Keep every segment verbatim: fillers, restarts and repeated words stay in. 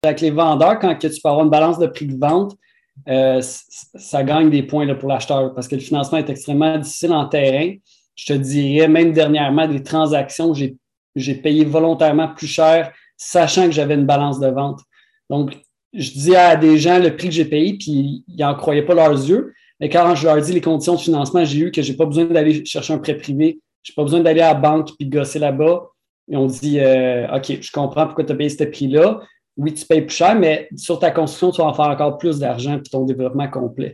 avec les vendeurs, quand que tu peux avoir une balance de prix de vente, euh, ça gagne des points là, pour l'acheteur parce que le financement est extrêmement difficile en terrain. Je te dirais, même dernièrement, des transactions où j'ai, j'ai payé volontairement plus cher, sachant que j'avais une balance de vente. Donc, je dis à des gens le prix que j'ai payé, puis ils n'en croyaient pas leurs yeux. Mais quand je leur dis les conditions de financement, j'ai eu que je n'ai pas besoin d'aller chercher un prêt privé, je n'ai pas besoin d'aller à la banque puis gosser là-bas. Et on dit, euh, OK, je comprends pourquoi tu as payé ce prix-là. Oui, tu payes plus cher, mais sur ta construction, tu vas en faire encore plus d'argent puis ton développement complet.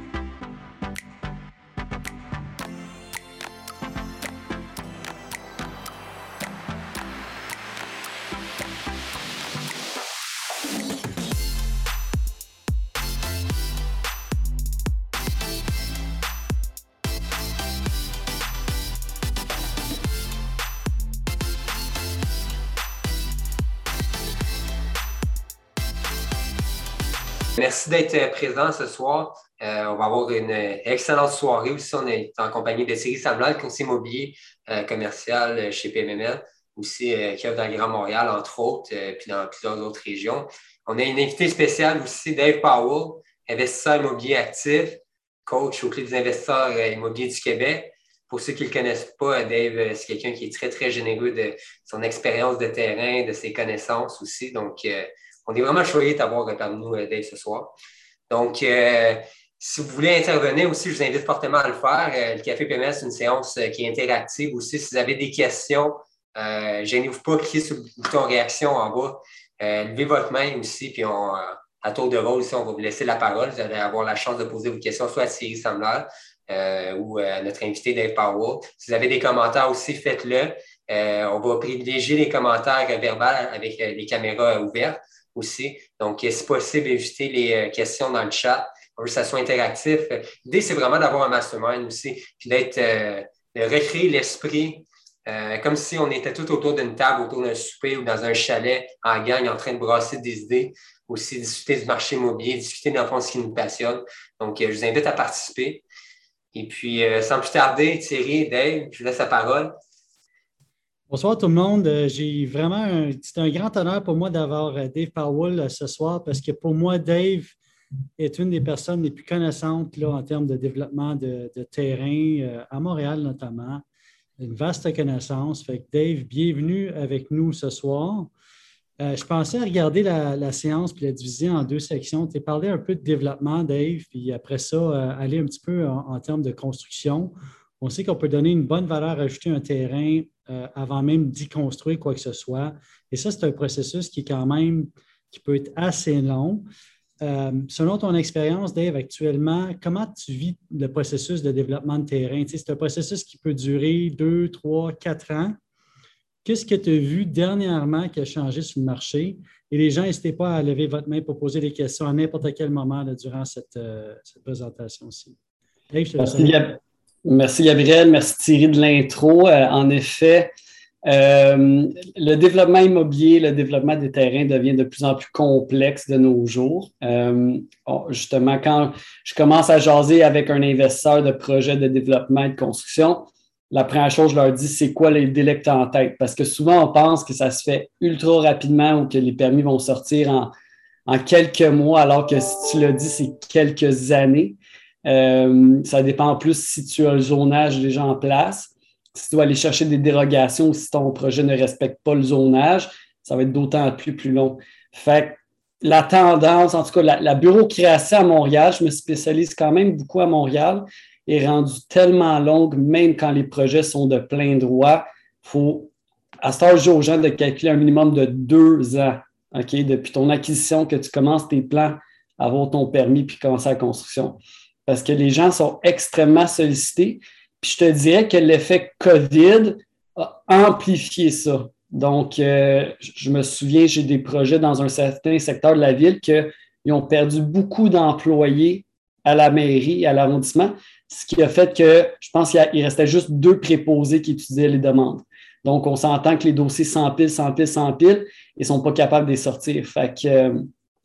Merci d'être présent ce soir. Euh, on va avoir une excellente soirée aussi. On est en compagnie de Thierry Samblal, conseiller immobilier euh, commercial chez P M M L, aussi euh, qui œuvre dans le Grand Montréal, entre autres, euh, puis dans plusieurs autres régions. On a une invitée spéciale aussi, Dave Powell, investisseur immobilier actif, coach au Club des investisseurs immobiliers du Québec. Pour ceux qui ne le connaissent pas, Dave, c'est quelqu'un qui est très, très généreux de son expérience de terrain, de ses connaissances aussi. Donc, euh, on est vraiment choyés de t'avoir parmi nous, Dave, ce soir. Donc, euh, si vous voulez intervenir aussi, je vous invite fortement à le faire. Euh, le Café P M S, c'est une séance euh, qui est interactive aussi. Si vous avez des questions, euh, gênez-vous pas, cliquez sur le bouton réaction en bas. Euh, levez votre main aussi, puis on, à tour de rôle, ici, on va vous laisser la parole. Vous allez avoir la chance de poser vos questions soit à Thierry Samblal euh, ou à notre invité Dave Powell. Si vous avez des commentaires aussi, faites-le. Euh, on va privilégier les commentaires verbaux avec euh, les caméras ouvertes aussi. Donc, si possible, éviter les questions dans le chat. On veut que ça soit interactif. L'idée, c'est vraiment d'avoir un mastermind aussi, puis d'être, euh, de recréer l'esprit, euh, comme si on était tout autour d'une table, autour d'un souper ou dans un chalet en gang, en train de brasser des idées, aussi discuter du marché immobilier, discuter dans le fond de ce qui nous passionne. Donc, euh, je vous invite à participer. Et puis, euh, sans plus tarder, Thierry, Dave, je vous laisse la parole. Bonsoir tout le monde. J'ai vraiment un, c'est un grand honneur pour moi d'avoir Dave Powell ce soir parce que pour moi, Dave est une des personnes les plus connaissantes là, en termes de développement de, de terrain, euh, à Montréal notamment. Une vaste connaissance. Fait que Dave, bienvenue avec nous ce soir. Euh, je pensais regarder la, la séance puis la diviser en deux sections. Tu as parlé un peu de développement, Dave, puis après ça, euh, aller un petit peu en, en termes de construction. On sait qu'on peut donner une bonne valeur ajoutée à un terrain euh, avant même d'y construire quoi que ce soit. Et ça, c'est un processus qui est quand même, qui peut être assez long. Euh, selon ton expérience, Dave, actuellement, comment tu vis le processus de développement de terrain? Tu sais, c'est un processus qui peut durer deux, trois, quatre ans. Qu'est-ce que tu as vu dernièrement qui a changé sur le marché? Et les gens, n'hésitez pas à lever votre main pour poser des questions à n'importe quel moment là, durant cette, euh, cette présentation-ci. Dave, je te laisse. Merci, Merci Gabriel, merci Thierry de l'intro. Euh, en effet, euh, le développement immobilier, le développement des terrains devient de plus en plus complexe de nos jours. Euh, bon, justement, quand je commence à jaser avec un investisseur de projet de développement et de construction, la première chose, je leur dis, c'est quoi les délais que tu as en tête? Parce que souvent, on pense que ça se fait ultra rapidement ou que les permis vont sortir en, en quelques mois, alors que si tu l'as dit, c'est quelques années. Euh, ça dépend en plus si tu as le zonage déjà en place. Si tu dois aller chercher des dérogations ou si ton projet ne respecte pas le zonage, ça va être d'autant plus, plus long. Fait que la tendance, en tout cas, la, la bureaucratie à Montréal, je me spécialise quand même beaucoup à Montréal, est rendue tellement longue, même quand les projets sont de plein droit. Il faut, à ce âge aux gens de calculer un minimum de deux ans, OK, depuis ton acquisition que tu commences tes plans, avoir ton permis puis commencer la construction. Parce que les gens sont extrêmement sollicités. Puis je te dirais que l'effet COVID a amplifié ça. Donc, euh, je me souviens, j'ai des projets dans un certain secteur de la ville qu'ils ont perdu beaucoup d'employés à la mairie, à l'arrondissement, ce qui a fait que je pense qu'il restait juste deux préposés qui étudiaient les demandes. Donc, on s'entend que les dossiers s'empilent, s'empilent, s'empilent et ne sont pas capables de les sortir. Fait que, euh,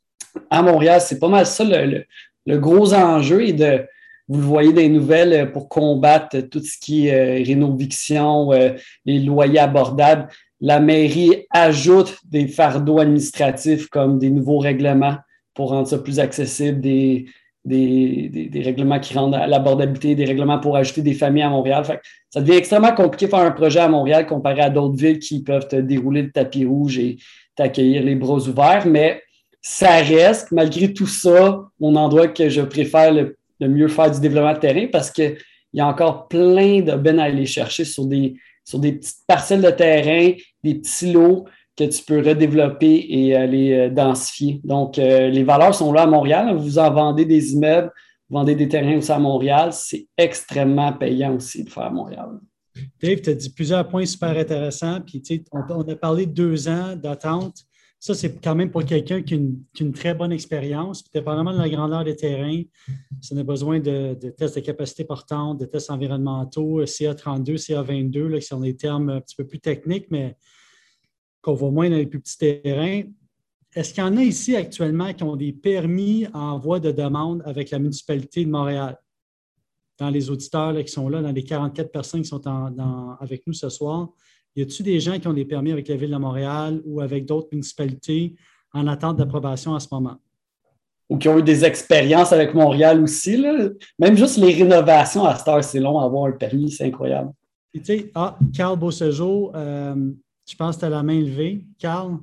à Montréal, c'est pas mal ça le, le Le gros enjeu est de, vous le voyez dans les nouvelles, pour combattre tout ce qui est euh, rénoviction, euh, les loyers abordables. la mairie ajoute des fardeaux administratifs comme des nouveaux règlements pour rendre ça plus accessible, des, des, des, des règlements qui rendent à l'abordabilité, des règlements pour ajouter des familles à Montréal. Fait que ça devient extrêmement compliqué de faire un projet à Montréal comparé à d'autres villes qui peuvent te dérouler le tapis rouge et t'accueillir les bras ouverts, mais ça reste, malgré tout ça, mon endroit que je préfère le, le mieux faire du développement de terrain parce qu'il y a encore plein de bennes à aller chercher sur des, sur des petites parcelles de terrain, des petits lots que tu peux redévelopper et aller densifier. Donc, euh, les valeurs sont là à Montréal. Vous en vendez des immeubles, vous vendez des terrains aussi à Montréal. C'est extrêmement payant aussi de faire à Montréal. Dave, tu as dit plusieurs points super intéressants. Puis, tu sais, on, on a parlé de deux ans d'attente. Ça, c'est quand même pour quelqu'un qui a une, qui a une très bonne expérience. Puis, dépendamment de la grandeur des terrains, ça a besoin de, de tests de capacité portante, de tests environnementaux, C A trente-deux, C A vingt-deux, là, qui sont des termes un petit peu plus techniques, mais qu'on voit moins dans les plus petits terrains. Est-ce qu'il y en a ici actuellement qui ont des permis en voie de demande avec la municipalité de Montréal? Dans les auditeurs là, qui sont là, dans les quarante-quatre personnes qui sont en, dans, avec nous ce soir, y a-t-il des gens qui ont des permis avec la Ville de Montréal ou avec d'autres municipalités en attente d'approbation en ce moment? Ou qui ont eu des expériences avec Montréal aussi. Là. Même juste les rénovations à cette heure, c'est long à avoir un permis, c'est incroyable. Et tu sais, ah, Carl Beausejour, euh, je pense que tu as la main levée. Carl?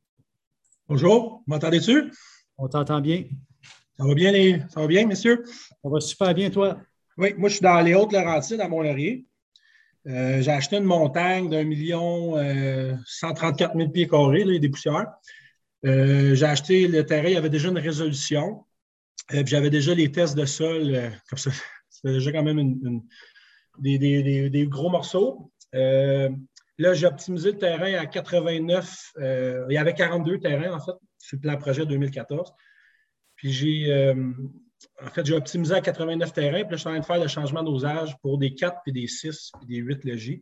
Bonjour, m'entendez-tu? On t'entend bien. Ça va bien, les... ça va bien, messieurs? Ça va super bien, toi? Oui, moi, je suis dans les Hautes-Laurentides, à Mont-Laurier. Euh, j'ai acheté une montagne d'un million euh, cent trente-quatre mille pieds carrés, là, des poussières. Euh, j'ai acheté le terrain, il y avait déjà une résolution. Euh, puis j'avais déjà les tests de sol, euh, comme ça. C'était déjà quand même une, une, des, des, des, des gros morceaux. Euh, là, j'ai optimisé le terrain à quatre-vingt-neuf. Euh, il y avait quarante-deux terrains, en fait, sur le plan projet deux mille quatorze. Puis j'ai... Euh, En fait, j'ai optimisé à quatre-vingt-neuf terrains, puis là, je suis en train de faire le changement d'osage pour des quatre, puis des six, puis des huit logis.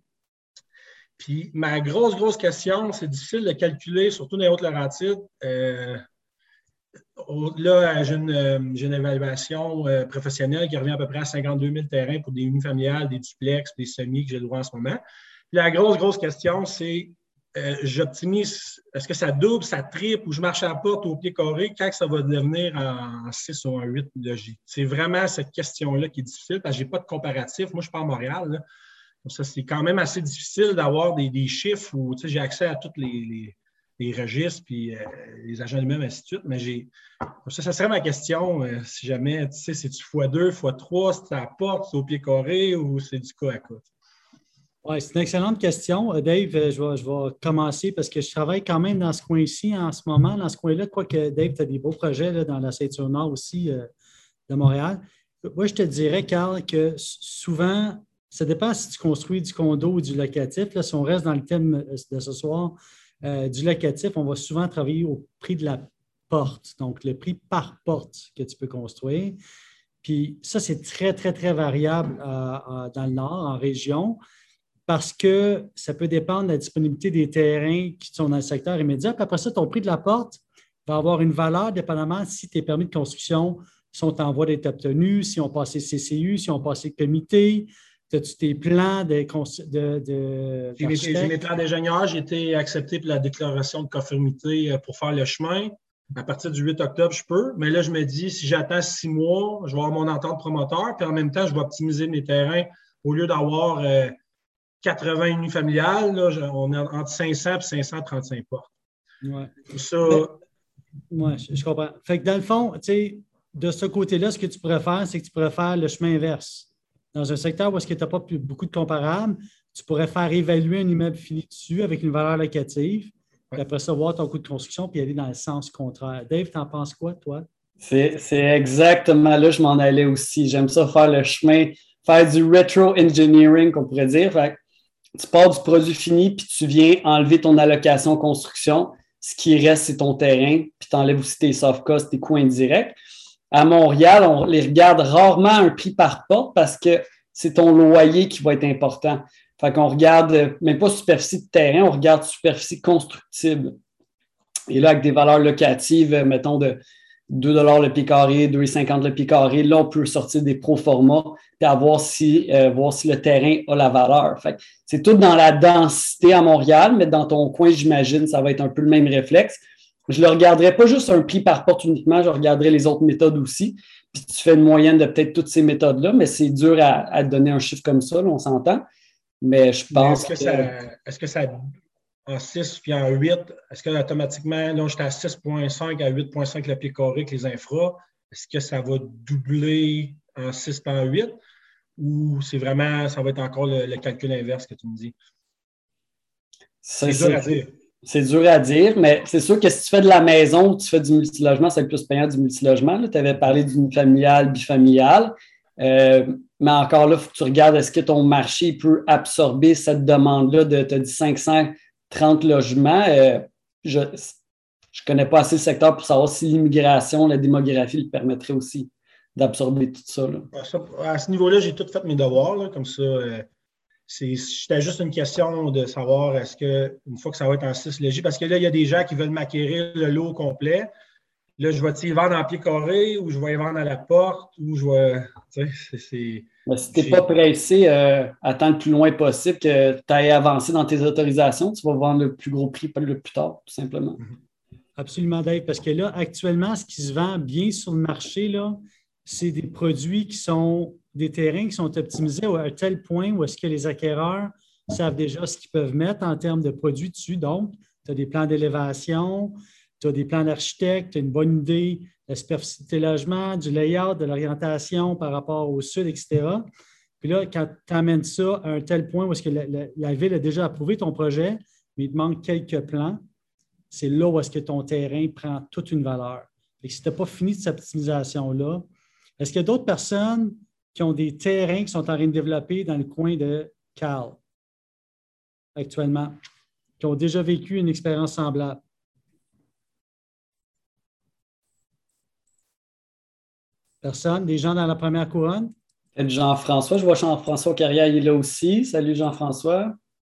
Puis ma grosse, grosse question, c'est difficile de calculer, surtout dans les Hautes-Laurentides. Euh, là, j'ai une, j'ai une évaluation euh, professionnelle qui revient à peu près à cinquante-deux mille terrains pour des unifamiliales, des duplex, des semis que j'ai le droit en ce moment. Puis la grosse, grosse question, c'est Euh, j'optimise, est-ce que ça double, ça triple ou je marche à la porte au pied carré quand ça va devenir en six ou en huit logis? C'est vraiment cette question-là qui est difficile parce que je n'ai pas de comparatif. Moi, je suis pas à Montréal. Là. Donc ça, c'est quand même assez difficile d'avoir des, des chiffres où j'ai accès à tous les, les, les registres puis euh, les agents d'immeubles, ainsi de suite. Mais j'ai. Ça, ça serait ma question. Euh, si jamais, tu sais, c'est-tu fois deux, fois trois, c'est à la porte, c'est au pied carré ou c'est du cas à cas? Oui, c'est une excellente question. Dave, je vais, je vais commencer parce que je travaille quand même dans ce coin-ci en ce moment, dans ce coin-là, quoique Dave, tu as des beaux projets là, dans la Ceinture-Nord aussi euh, de Montréal. Moi, je te dirais, Carl, que souvent, ça dépend si tu construis du condo ou du locatif. Là, si on reste dans le thème de ce soir, euh, du locatif, on va souvent travailler au prix de la porte, donc le prix par porte que tu peux construire. Puis ça, c'est très, très, très variable euh, euh, dans le Nord, en région, parce que ça peut dépendre de la disponibilité des terrains qui sont dans le secteur immédiat. Puis après ça, ton prix de la porte va avoir une valeur dépendamment si tes permis de construction sont en voie d'être obtenus, si on passé C C U, si on passé comité. As-tu tes plans de... de, de j'ai, mes, j'ai mes plans d'ingénieur. J'ai été accepté pour la déclaration de conformité pour faire le chemin. À partir du huit octobre, je peux. Mais là, je me dis, si j'attends six mois, je vais avoir mon entente promoteur. Puis en même temps, je vais optimiser mes terrains au lieu d'avoir... Euh, quatre-vingts unifamiliales, là, on est entre cinq cents et cinq cent trente-cinq portes. Oui. Ça... Oui, je, je comprends. Fait que dans le fond, tu sais, de ce côté-là, ce que tu pourrais faire, c'est que tu pourrais faire le chemin inverse. Dans un secteur où est-ce que tu n'as pas plus, beaucoup de comparables, tu pourrais faire évaluer un immeuble fini dessus avec une valeur locative, puis après ça, voir ton coût de construction, puis aller dans le sens contraire. Dave, tu en penses quoi, toi? C'est, c'est exactement là, je m'en allais aussi. J'aime ça faire le chemin, faire du retro-engineering, qu'on pourrait dire. Fait tu pars du produit fini, puis tu viens enlever ton allocation construction. Ce qui reste, c'est ton terrain, puis tu enlèves aussi tes soft costs, tes coûts indirects. À Montréal, on les regarde rarement un prix par porte parce que c'est ton loyer qui va être important. Fait qu'on regarde même pas superficie de terrain, on regarde superficie constructible. Et là, avec des valeurs locatives, mettons, de deux dollars le pied carré, deux cinquante le pied carré. Là, on peut sortir des pro-formats et voir si, euh, voir si le terrain a la valeur. Fait que c'est tout dans la densité à Montréal, mais dans ton coin, j'imagine, ça va être un peu le même réflexe. Je ne regarderai pas juste un prix par porte uniquement, je regarderai les autres méthodes aussi. Puis tu fais une moyenne de peut-être toutes ces méthodes-là, mais c'est dur à, à donner un chiffre comme ça, là, on s'entend. Mais je pense mais est-ce que, que... Ça, est-ce que ça, en six puis en huit, est-ce que automatiquement, là, j'étais à six virgule cinq à huit virgule cinq le pied carré avec les infras, est-ce que ça va doubler en six et en huit ou c'est vraiment, ça va être encore le, le calcul inverse que tu me dis? C'est, c'est dur à dire. C'est dur à dire, mais c'est sûr que si tu fais de la maison ou tu fais du multilogement, c'est le plus payant du multilogement. Tu avais parlé d'une familiale, bifamiliale. Euh, mais encore là, il faut que tu regardes est-ce que ton marché peut absorber cette demande-là de, tu as dit cinq cent trente logements. Euh, je ne connais pas assez le secteur pour savoir si l'immigration, la démographie le permettrait aussi d'absorber tout ça, là. À ce niveau-là, j'ai tout fait mes devoirs, là, comme ça. Euh, c'est, c'était juste une question de savoir est-ce qu'une fois que ça va être en six légers, parce que là, il y a des gens qui veulent m'acquérir le lot complet. Là, je vais-tu les vendre en pied carré ou je vais les vendre à la porte ou je vais. Tu sais, c'est. c'est Mais si tu n'es pas pressé, euh, attends le plus loin possible que tu ailles avancer dans tes autorisations, tu vas vendre le plus gros prix le plus tard, tout simplement. Absolument, Dave, parce que là, actuellement, ce qui se vend bien sur le marché, là, c'est des produits qui sont des terrains qui sont optimisés à un tel point où est-ce que les acquéreurs savent déjà ce qu'ils peuvent mettre en termes de produits dessus. Donc, tu as des plans d'élévation, tu as des plans d'architecte, tu as une bonne idée de la superficie logement, du layout, de l'orientation par rapport au sud, et cetera. Puis là, quand tu amènes ça à un tel point où est-ce que la, la, la ville a déjà approuvé ton projet, mais il te manque quelques plans, c'est là où est-ce que ton terrain prend toute une valeur. Et si tu n'as pas fini de cette optimisation-là, est-ce qu'il y a d'autres personnes qui ont des terrains qui sont en train de développer dans le coin de Cal actuellement, qui ont déjà vécu une expérience semblable? Personne? Des gens dans la première couronne? Peut-être Jean-François. Je vois Jean-François Carrière, il est là aussi. Salut Jean-François.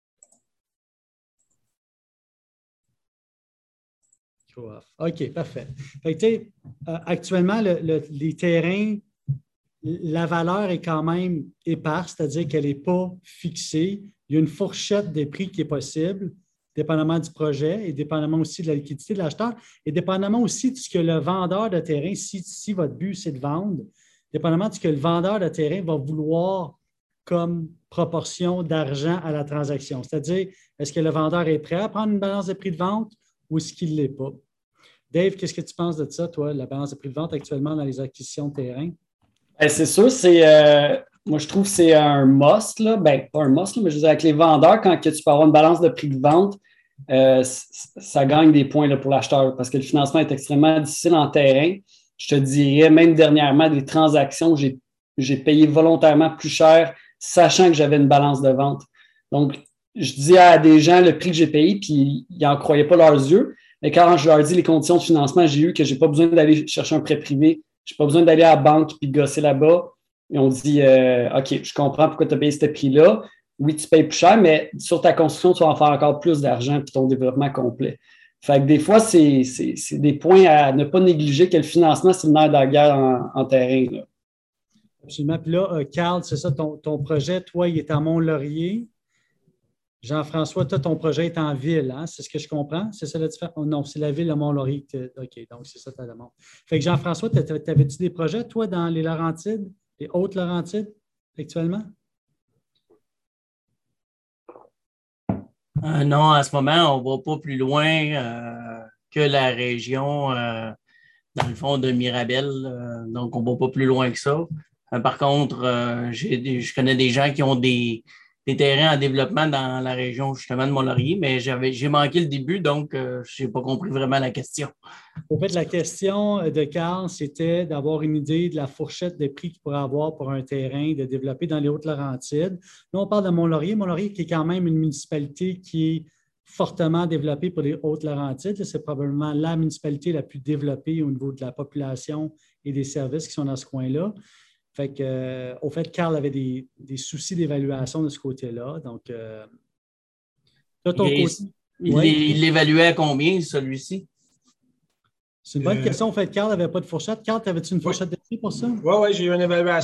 OK, parfait. Fait que, euh, actuellement, le, le, les terrains, la valeur est quand même éparse, c'est-à-dire qu'elle n'est pas fixée. Il y a une fourchette des prix qui est possible, dépendamment du projet et dépendamment aussi de la liquidité de l'acheteur et dépendamment aussi de ce que le vendeur de terrain, si, si votre but c'est de vendre, dépendamment de ce que le vendeur de terrain va vouloir comme proportion d'argent à la transaction. C'est-à-dire, est-ce que le vendeur est prêt à prendre une balance de prix de vente ou est-ce qu'il ne l'est pas? Dave, qu'est-ce que tu penses de ça, toi, la balance de prix de vente actuellement dans les acquisitions de terrain? Bien, c'est sûr, c'est, euh, moi je trouve que c'est un must, là. Ben, pas un must, là, mais je veux dire, avec les vendeurs, quand que tu peux avoir une balance de prix de vente, euh, ça gagne des points là, pour l'acheteur parce que le financement est extrêmement difficile en terrain. Je te dirais, même dernièrement, des transactions, j'ai, j'ai payé volontairement plus cher, sachant que j'avais une balance de vente. Donc, je dis à des gens le prix que j'ai payé, puis ils n'en croyaient pas leurs yeux. Mais quand je leur dis les conditions de financement, j'ai eu que je n'ai pas besoin d'aller chercher un prêt privé, je n'ai pas besoin d'aller à la banque puis de gosser là-bas. Et on dit euh, OK, je comprends pourquoi tu as payé ce prix-là. Oui, tu payes plus cher, mais sur ta construction, tu vas en faire encore plus d'argent puis ton développement complet. Fait que des fois, c'est, c'est, c'est des points à ne pas négliger que le financement, c'est le nerf de la guerre en, en terrain, là. Absolument. Puis là, Carl, c'est ça, ton, ton projet, toi, il est à Mont-Laurier. Jean-François, toi, ton projet est en ville, hein? C'est ce que je comprends? C'est ça la différence? Oh, non, c'est la ville de Mont-Laurier. OK, donc c'est ça ta demande. Fait que Jean-François, t'avais-tu des projets, toi, dans les Laurentides, les Hautes-Laurentides, actuellement? Euh, non, en ce moment, on ne va pas plus loin euh, que la région, euh, dans le fond, de Mirabel. Euh, donc, on ne va pas plus loin que ça. Euh, par contre, euh, j'ai des, je connais des gens qui ont des, des terrains en développement dans la région, justement, de Mont-Laurier, mais j'avais, j'ai manqué le début, donc euh, je n'ai pas compris vraiment la question. Au fait, la question de Carl, c'était d'avoir une idée de la fourchette de prix qu'il pourrait avoir pour un terrain de développer dans les Hautes-Laurentides. Là, on parle de Mont-Laurier. Mont-Laurier qui est quand même une municipalité qui est fortement développée pour les Hautes-Laurentides. C'est probablement la municipalité la plus développée au niveau de la population et des services qui sont dans ce coin-là. Fait que, euh, au fait, Carl avait des, des soucis d'évaluation de ce côté-là. Donc, euh, de ton il, côté, il, ouais. il l'évaluait à combien, celui-ci? C'est une bonne Euh, question. En fait, Carl n'avait pas de fourchette. Carl, avais-tu une fourchette de prix pour ça? Oui, oui, j'ai eu une évaluation en fait euh, à cinq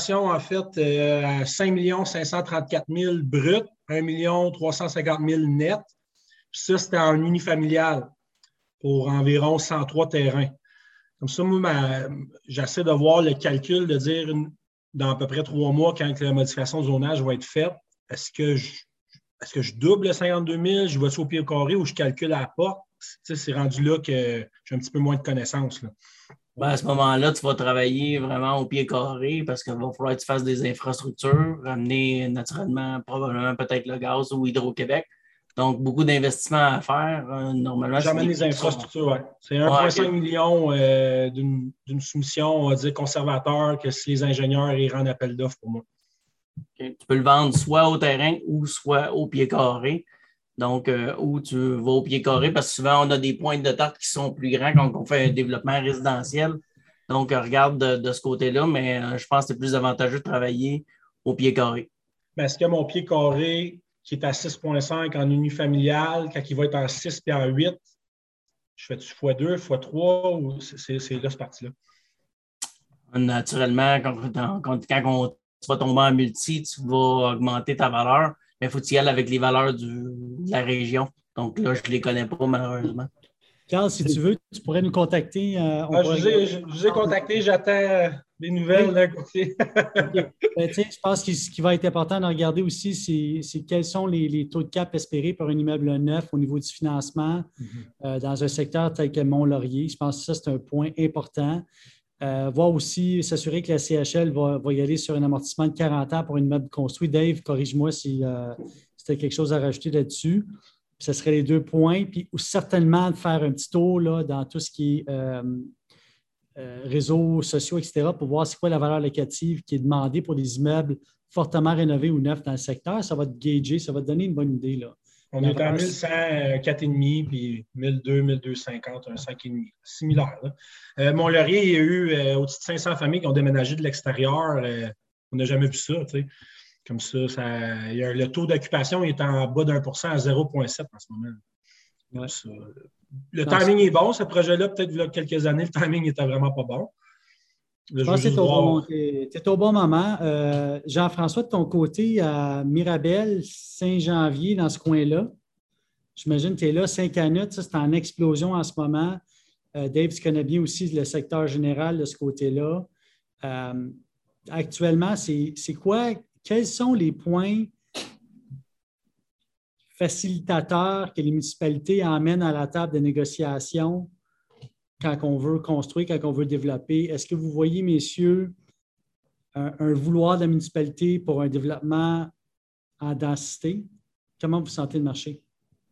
millions cinq cent trente-quatre mille brut, un million trois cent cinquante mille net. Puis ça, c'était en unifamilial pour environ cent trois terrains. Comme ça, moi, ma, j'essaie de voir le calcul, de dire une, dans à peu près trois mois, quand la modification de zonage va être faite, est-ce que je, est-ce que je double le cinquante-deux mille, je vais au pied carré ou je calcule à la porte? Tu sais, c'est rendu là que j'ai un petit peu moins de connaissances. Là. Ben, à ce moment-là, tu vas travailler vraiment au pied carré parce qu'il va falloir que tu fasses des infrastructures, ramener naturellement, probablement peut-être le gaz ou Hydro-Québec. Donc, beaucoup d'investissements à faire. Euh, normalement, J'amène les infrastructures, oui. C'est un virgule cinq ouais, million euh, d'une, d'une soumission, on va dire, conservateur, que si les ingénieurs iront en appel d'offres pour moi. Okay. Tu peux le vendre soit au terrain ou soit au pied carré. Donc, euh, où tu vas au pied carré, parce que souvent, on a des pointes de tarte qui sont plus grands quand on fait un développement résidentiel. Donc, euh, regarde de, de ce côté-là, mais euh, je pense que c'est plus avantageux de travailler au pied carré. Mais est-ce que mon pied carré, qui est à six virgule cinq en unifamilial, quand il va être en six et en huit, je fais-tu fois deux, fois trois, ou c'est, c'est là, ce parti-là? Naturellement, quand, quand, quand on, tu vas tomber en multi, tu vas augmenter ta valeur, mais il faut que tu y ailles avec les valeurs du, de la région. Donc là, je ne les connais pas, malheureusement. Carl, si tu veux, tu pourrais nous contacter. Euh, on ah, pourrait... je, vous ai, je, je vous ai contacté, j'attends des nouvelles oui. D'un côté. Okay. Ben, je pense que ce qui va être important de regarder aussi, c'est, c'est quels sont les, les taux de cap espérés pour un immeuble neuf au niveau du financement mm-hmm. euh, dans un secteur tel que Mont-Laurier. Je pense que ça, c'est un point important. Euh, voir aussi, s'assurer que la C H L va, va y aller sur un amortissement de quarante ans pour un immeuble construit. Dave, corrige-moi si euh, tu as quelque chose à rajouter là-dessus. Puis ce serait les deux points. Puis ou certainement de faire un petit tour là, dans tout ce qui est euh, euh, réseaux sociaux, et cetera, pour voir c'est quoi la valeur locative qui est demandée pour des immeubles fortement rénovés ou neufs dans le secteur. Ça va te gager, ça va te donner une bonne idée. Là. On est à mille cent, quatre virgule cinq, puis mille deux, mille deux cent cinquante, un cinq virgule cinq. Similaire. Là. Euh, Mont-Laurier, il y a eu euh, au-dessus de cinq cents familles qui ont déménagé de l'extérieur. Euh, on n'a jamais vu ça. Tu sais. Comme ça, ça il y a, le taux d'occupation est en bas d'un pour cent à zéro virgule sept en ce moment. Ouais. Ça, le non, timing c'est... est bon. Ce projet-là, peut-être il y a quelques années, le timing n'était vraiment pas bon. Là, je pense que tu es bon, au bon moment. Euh, Jean-François, de ton côté, à Mirabel, Saint-Janvier, dans ce coin-là, j'imagine que tu es là, Saint-Canute, ça, c'est en explosion en ce moment. Euh, Dave, tu connais bien aussi le secteur général de ce côté-là. Euh, actuellement, c'est, c'est quoi, quels sont les points facilitateurs que les municipalités emmènent à la table de négociation quand on veut construire, quand on veut développer? Est-ce que vous voyez, messieurs, un, un vouloir de la municipalité pour un développement en densité? Comment vous sentez le marché?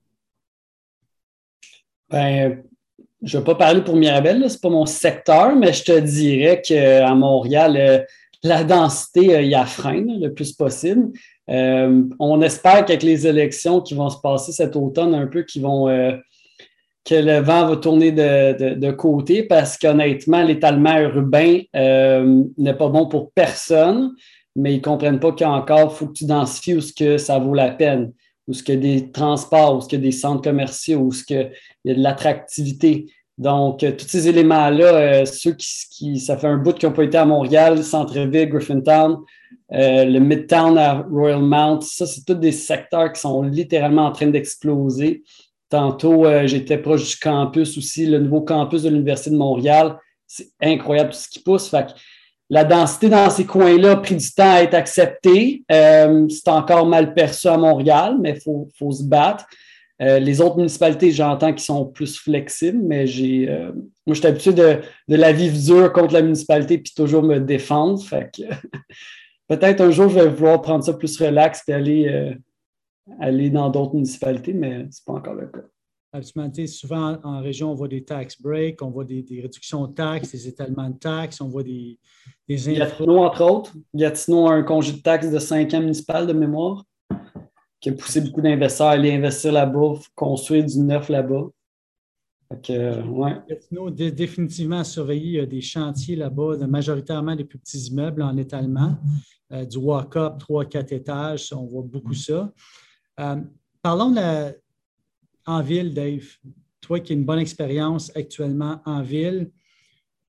Ben, je ne vais pas parler pour Mirabel, ce n'est pas mon secteur, mais je te dirais qu'à Montréal, euh, la densité, euh, il y a frein là, le plus possible. Euh, on espère qu'avec les élections qui vont se passer cet automne, un peu, qui vont... Euh, que le vent va tourner de, de, de côté parce qu'honnêtement, l'étalement urbain euh, n'est pas bon pour personne, mais ils ne comprennent pas qu'encore, il faut que tu densifies où ce que ça vaut la peine, où ce qu'il y a des transports, où ce qu'il y a des centres commerciaux, où ce qu'il y a de l'attractivité. Donc, euh, tous ces éléments-là, euh, ceux qui, qui, ça fait un bout qui n'ont pas été à Montréal, Centre-Ville, Griffintown, euh, le Midtown à Royal Mount, ça, c'est tous des secteurs qui sont littéralement en train d'exploser. Tantôt, euh, j'étais proche du campus aussi, le nouveau campus de l'Université de Montréal. C'est incroyable tout ce qui pousse. Fait que la densité dans ces coins-là a pris du temps à être acceptée. Euh, c'est encore mal perçu à Montréal, mais il faut, faut se battre. Euh, les autres municipalités, j'entends qu'ils sont plus flexibles, mais j'ai, euh, moi, je suis habitué de, de la vivre dure contre la municipalité puis toujours me défendre. Fait que peut-être un jour, je vais vouloir prendre ça plus relax et aller... Euh, aller dans d'autres municipalités, mais ce n'est pas encore le cas. Absolument. Souvent, en région, on voit des tax breaks, on voit des, des réductions de taxes, des étalements de taxes, on voit des, des infra... Gatineau, entre autres. Gatineau a un congé de taxes de cinq ans municipal de mémoire qui a poussé beaucoup d'investisseurs à aller investir là-bas, construire du neuf là-bas. Donc, euh, ouais. Gatineau, d- définitivement à surveiller. Il y a des chantiers là-bas, de, majoritairement des plus petits immeubles en étalement, euh, du walk-up, trois, quatre étages, on voit beaucoup ça. Euh, parlons de la, en ville, Dave. Toi qui as une bonne expérience actuellement en ville,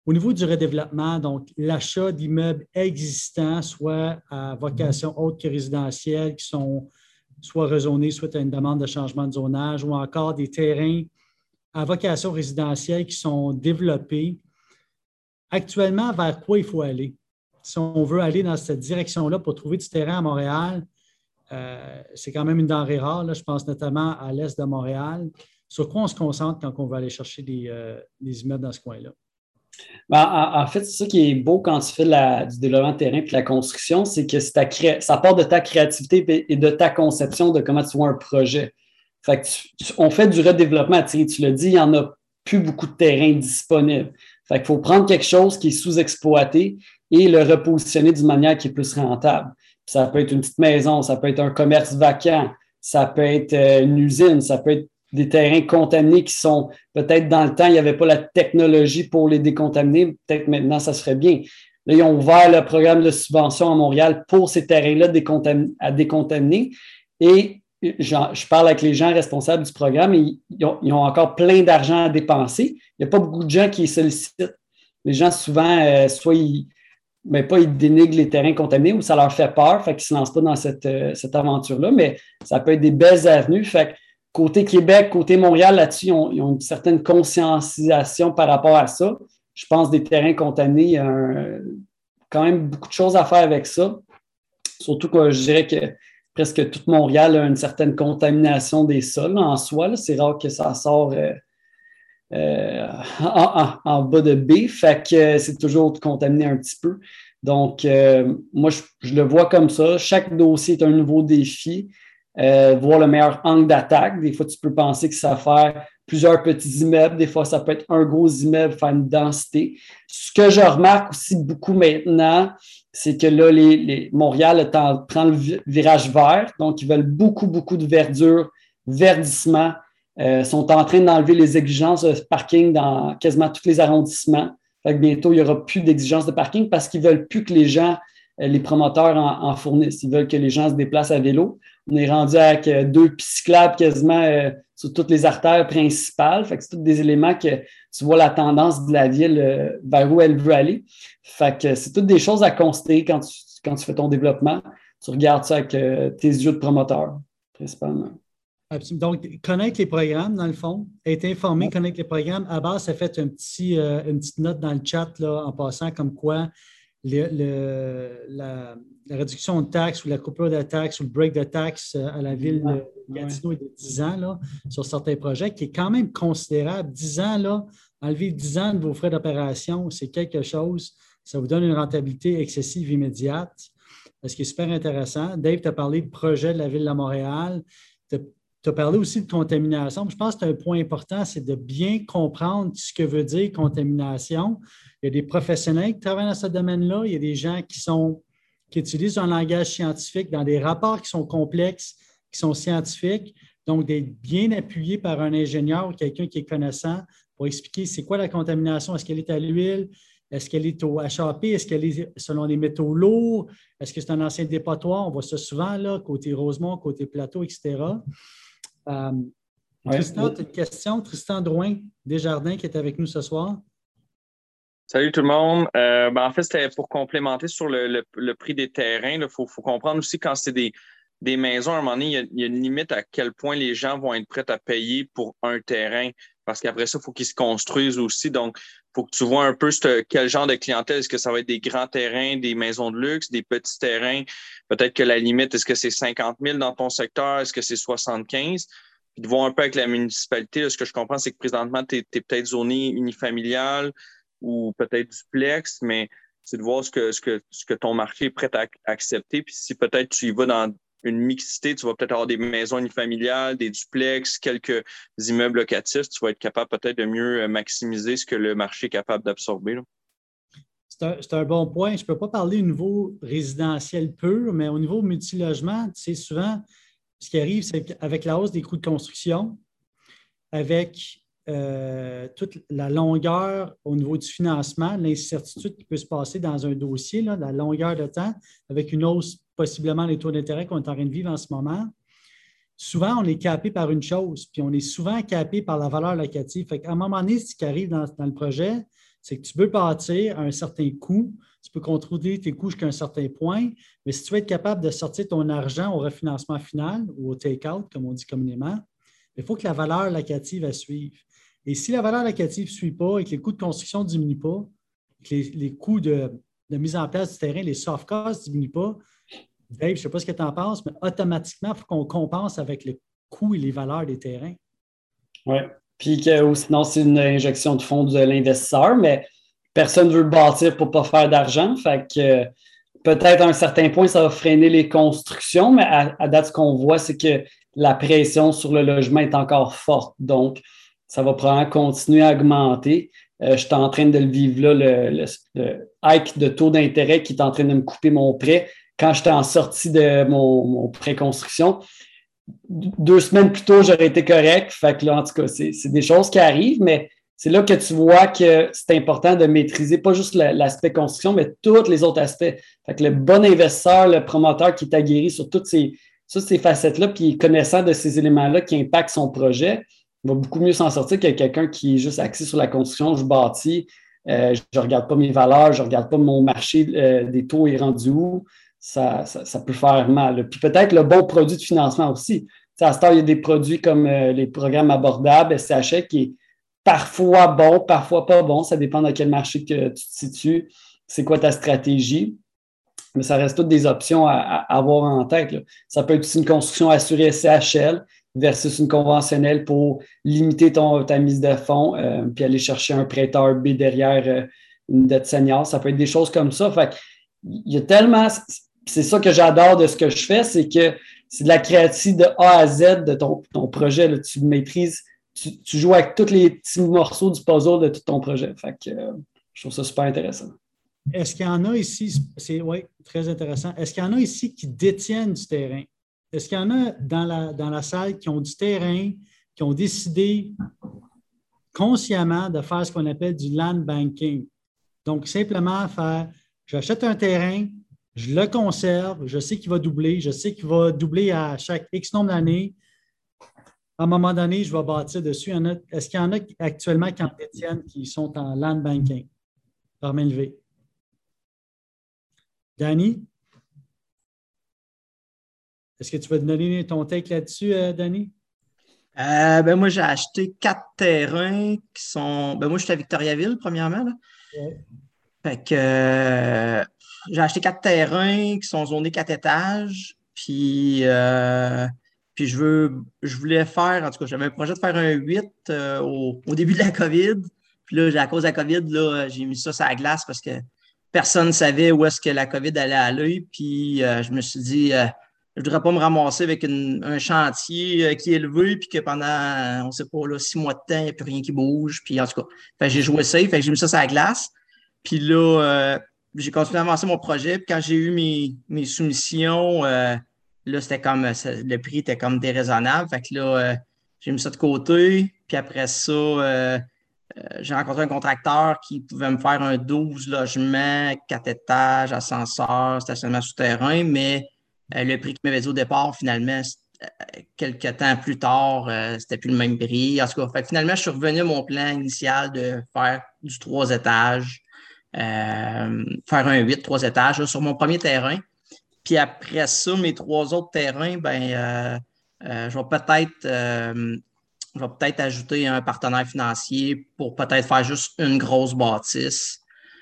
Au niveau du redéveloppement, donc l'achat d'immeubles existants, soit à vocation haute que résidentielle, qui sont soit rezonés suite à une demande de changement de zonage, ou encore des terrains à vocation résidentielle qui sont développés. Actuellement, vers quoi il faut aller? Si on veut aller dans cette direction-là pour trouver du terrain à Montréal, euh, c'est quand même une denrée rare. Là, je pense notamment à l'est de Montréal. Sur quoi on se concentre quand on va aller chercher des, euh, des immeubles dans ce coin-là? Ben, en, en fait, c'est ça qui est beau quand tu fais de la, du développement de terrain et de la construction, c'est que c'est ta cré... ça part de ta créativité et de ta conception de comment tu vois un projet. Fait que tu, tu, on fait du redéveloppement. Tu, tu l'as dit, il n'y en a plus beaucoup de terrain disponible. Fait qu'il faut prendre quelque chose qui est sous-exploité et le repositionner d'une manière qui est plus rentable. Puis ça peut être une petite maison, ça peut être un commerce vacant, ça peut être une usine, ça peut être des terrains contaminés qui sont, peut-être dans le temps, il n'y avait pas la technologie pour les décontaminer. Peut-être maintenant, ça se ferait bien. Là, ils ont ouvert le programme de subvention à Montréal pour ces terrains-là décontam- à décontaminer. Et je, je parle avec les gens responsables du programme et ils ont, ils ont encore plein d'argent à dépenser. Il n'y a pas beaucoup de gens qui les sollicitent. Les gens, souvent, euh, soit ils, mais pas ils dénigrent les terrains contaminés ou ça leur fait peur, fait qu'ils ne se lancent pas dans cette, euh, cette aventure-là, mais ça peut être des belles avenues. Fait que côté Québec, côté Montréal, là-dessus, ils ont, ils ont une certaine conscientisation par rapport à ça. Je pense des terrains contaminés, il y a un, quand même beaucoup de choses à faire avec ça. Surtout que je dirais que presque tout Montréal a une certaine contamination des sols en soi. Là. C'est rare que ça sort euh, euh, en, en, en bas de B. Fait que c'est toujours contaminé un petit peu. Donc, euh, moi, je, je le vois comme ça. Chaque dossier est un nouveau défi. Euh, voir le meilleur angle d'attaque. Des fois, tu peux penser que ça va faire plusieurs petits immeubles. Des fois, ça peut être un gros immeuble, faire une densité. Ce que je remarque aussi beaucoup maintenant, c'est que là, les, les, Montréal prend le virage vert. Donc, ils veulent beaucoup, beaucoup de verdure, verdissement. Euh, sont en train d'enlever les exigences de parking dans quasiment tous les arrondissements. Fait que bientôt, il n'y aura plus d'exigences de parking parce qu'ils ne veulent plus que les gens, les promoteurs en, en fournissent. Ils veulent que les gens se déplacent à vélo. On est rendu avec deux pistes cyclables quasiment euh, sur toutes les artères principales. Fait que c'est tous des éléments que tu vois la tendance de la ville euh, vers où elle veut aller. Fait que c'est toutes des choses à constater quand tu, quand tu fais ton développement. Tu regardes ça avec euh, tes yeux de promoteur, principalement. Absolument. Donc, connaître les programmes, dans le fond, être informé, ouais. Connaître les programmes. À base, ça fait un petit, euh, une petite note dans le chat là, en passant comme quoi le, le, la, la réduction de taxes ou la coupure de taxes ou le break de taxes à la ville de Gatineau est de dix ans là, sur certains projets, qui est quand même considérable. dix ans, là, enlever dix ans de vos frais d'opération, c'est quelque chose. Ça vous donne une rentabilité excessive immédiate, ce qui est super intéressant. Dave, tu as parlé de projet de la ville de Montréal. Tu as parlé aussi de contamination. Je pense que c'est un point important, c'est de bien comprendre ce que veut dire contamination. Il y a des professionnels qui travaillent dans ce domaine-là. Il y a des gens qui, sont, qui utilisent un langage scientifique dans des rapports qui sont complexes, qui sont scientifiques. Donc, d'être bien appuyé par un ingénieur ou quelqu'un qui est connaissant pour expliquer c'est quoi la contamination. Est-ce qu'elle est à l'huile? Est-ce qu'elle est au H A P? Est-ce qu'elle est selon les métaux lourds? Est-ce que c'est un ancien dépotoir? On voit ça souvent, là, côté Rosemont, côté Plateau, et cetera. Euh, ouais. Tristan, tu as une question? Tristan Drouin, Desjardins, qui est avec nous ce soir. Salut tout le monde. Euh, ben en fait, c'était pour complémenter sur le, le, le prix des terrains. Il faut, faut comprendre aussi quand c'est des, des maisons, à un moment donné, il y, a, il y a une limite à quel point les gens vont être prêts à payer pour un terrain. Parce qu'après ça, il faut qu'ils se construisent aussi. Donc, il faut que tu vois un peu ce, quel genre de clientèle. Est-ce que ça va être des grands terrains, des maisons de luxe, des petits terrains? Peut-être que la limite, est-ce que c'est cinquante mille dans ton secteur? Est-ce que c'est soixante-quinze? Puis de voir un peu avec la municipalité, là, ce que je comprends, c'est que présentement, tu es peut-être zoné unifamilial ou peut-être duplex, mais c'est de voir ce que, ce que, ce que ton marché est prêt à accepter. Puis si peut-être tu y vas dans une mixité, tu vas peut-être avoir des maisons unifamiliales, des duplex, quelques immeubles locatifs, tu vas être capable peut-être de mieux maximiser ce que le marché est capable d'absorber. Là. C'est un, c'est un bon point. Je ne peux pas parler au niveau résidentiel pur, mais au niveau multilogement, tu sais, souvent, ce qui arrive, c'est qu'avec la hausse des coûts de construction, avec euh, toute la longueur au niveau du financement, l'incertitude qui peut se passer dans un dossier, là, la longueur de temps, avec une hausse possiblement les taux d'intérêt qu'on est en train de vivre en ce moment, souvent, on est capé par une chose, puis on est souvent capé par la valeur locative. Fait qu'à un moment donné, ce qui arrive dans, dans le projet, C'est que tu peux bâtir à un certain coût, tu peux contrôler tes coûts jusqu'à un certain point, mais si tu veux être capable de sortir ton argent au refinancement final ou au take-out, comme on dit communément, il faut que la valeur locative elle suive. Et si la valeur locative ne suit pas et que les coûts de construction ne diminuent pas, que les, les coûts de, de mise en place du terrain, les soft costs ne diminuent pas, Dave, je ne sais pas ce que tu en penses, mais automatiquement, il faut qu'on compense avec le coût et les valeurs des terrains. Oui. Puis que, ou sinon, c'est une injection de fonds de l'investisseur, mais personne ne veut bâtir pour ne pas faire d'argent. Fait que peut-être à un certain point, ça va freiner les constructions, mais à, à date, ce qu'on voit, c'est que la pression sur le logement est encore forte. Donc, ça va probablement continuer à augmenter. Euh, je suis en train de le vivre là, le, le, le hike de taux d'intérêt qui est en train de me couper mon prêt. Quand j'étais en sortie de mon, mon pré-construction, deux semaines plus tôt, j'aurais été correct. Fait que là, en tout cas, c'est, c'est des choses qui arrivent, mais c'est là que tu vois que c'est important de maîtriser pas juste l'aspect construction, mais tous les autres aspects. Fait que le bon investisseur, le promoteur qui est aguerri sur toutes ces, toutes ces facettes-là, puis connaissant de ces éléments-là qui impactent son projet, va beaucoup mieux s'en sortir que quelqu'un qui est juste axé sur la construction. Je bâtis, euh, je ne regarde pas mes valeurs, je ne regarde pas mon marché euh, des taux est rendu où. Ça, ça, ça peut faire mal. Puis peut-être le bon produit de financement aussi. T'sais, à ce temps, il y a des produits comme euh, les programmes abordables, S C H E, qui est parfois bon, parfois pas bon. Ça dépend dans quel marché que tu te situes. C'est quoi ta stratégie? Mais ça reste toutes des options à, à avoir en tête, là. Ça peut être aussi une construction assurée S C H L versus une conventionnelle pour limiter ton, ta mise de fonds euh, puis aller chercher un prêteur B derrière euh, une dette senior. Ça peut être des choses comme ça. Fait il y a tellement... C'est ça que j'adore de ce que je fais, c'est que c'est de la créativité de A à Z de ton, ton projet. Là. Tu maîtrises, tu, tu joues avec tous les petits morceaux du puzzle de tout ton projet. Fait que euh, je trouve ça super intéressant. Est-ce qu'il y en a ici, c'est oui, très intéressant. Est-ce qu'il y en a ici qui détiennent du terrain? Est-ce qu'il y en a dans la, dans la salle qui ont du terrain, qui ont décidé consciemment de faire ce qu'on appelle du land banking? Donc, simplement faire, j'achète un terrain, je le conserve, je sais qu'il va doubler, je sais qu'il va doubler à chaque X nombre d'années. À un moment donné, je vais bâtir dessus. Est-ce qu'il y en a actuellement qui en détiennent qui sont en land banking? Par main levée. Danny? Est-ce que tu veux te donner ton take là-dessus, euh, Danny? Euh, ben moi, j'ai acheté quatre terrains qui sont. Ben moi, je suis à Victoriaville, premièrement. Là. Ouais. Fait que euh, j'ai acheté quatre terrains qui sont zonés quatre étages. Puis, euh, puis je veux je voulais faire, en tout cas, j'avais un projet de faire un huit euh, au, au début de la COVID. Puis là, à cause de la COVID, là, j'ai mis ça sur la glace parce que personne ne savait où est-ce que la COVID allait aller. Puis euh, je me suis dit, euh, je ne voudrais pas me ramasser avec une, un chantier euh, qui est élevé, puis que pendant, on ne sait pas, là, six mois de temps, il n'y a plus rien qui bouge. Puis en tout cas, fait, j'ai joué safe, fait, j'ai mis ça sur la glace. Puis là, euh, j'ai continué à avancer mon projet. Puis quand j'ai eu mes, mes soumissions, euh, là, c'était comme, ça, le prix était comme déraisonnable. Fait que là, euh, j'ai mis ça de côté. Puis après ça, euh, euh, j'ai rencontré un contracteur qui pouvait me faire un douze logements, quatre étages, ascenseur, stationnement souterrain, mais euh, le prix qu'il m'avait dit au départ, finalement, euh, quelques temps plus tard, euh, c'était plus le même prix. En tout cas, fait que finalement, je suis revenu à mon plan initial de faire du trois étages. Euh, faire un huit, trois étages là, sur mon premier terrain. Puis après ça, mes trois autres terrains, ben, euh, euh, je vais peut-être euh, je vais peut-être ajouter un partenaire financier pour peut-être faire juste une grosse bâtisse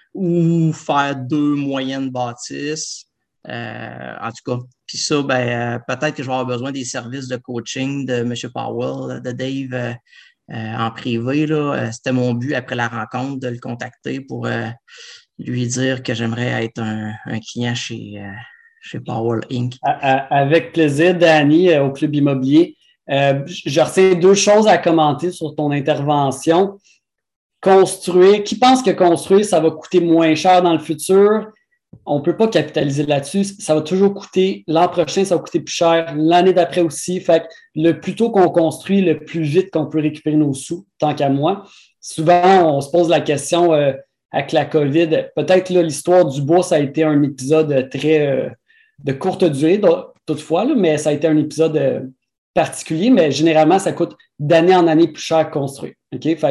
ou faire deux moyennes bâtisses. Euh, en tout cas, puis ça, ben, euh, peut-être que je vais avoir besoin des services de coaching de M. Powell, de Dave euh, Euh, en privé, là, euh, c'était mon but après la rencontre de le contacter pour euh, lui dire que j'aimerais être un, un client chez, euh, chez Powell Incorporated. Avec plaisir, Danny, au Club Immobilier. Euh, je retiens deux choses à commenter sur ton intervention. Construire, qui pense que construire, ça va coûter moins cher dans le futur? On ne peut pas capitaliser là-dessus. Ça va toujours coûter, l'an prochain, ça va coûter plus cher, l'année d'après aussi. Fait que le plus tôt qu'on construit, le plus vite qu'on peut récupérer nos sous, tant qu'à moi. Souvent, on se pose la question euh, avec la COVID. Peut-être là, l'histoire du bois, ça a été un épisode très euh, de courte durée, toutefois, là, mais ça a été un épisode euh, particulier, mais généralement, ça coûte d'année en année plus cher à construire. Okay? Fait que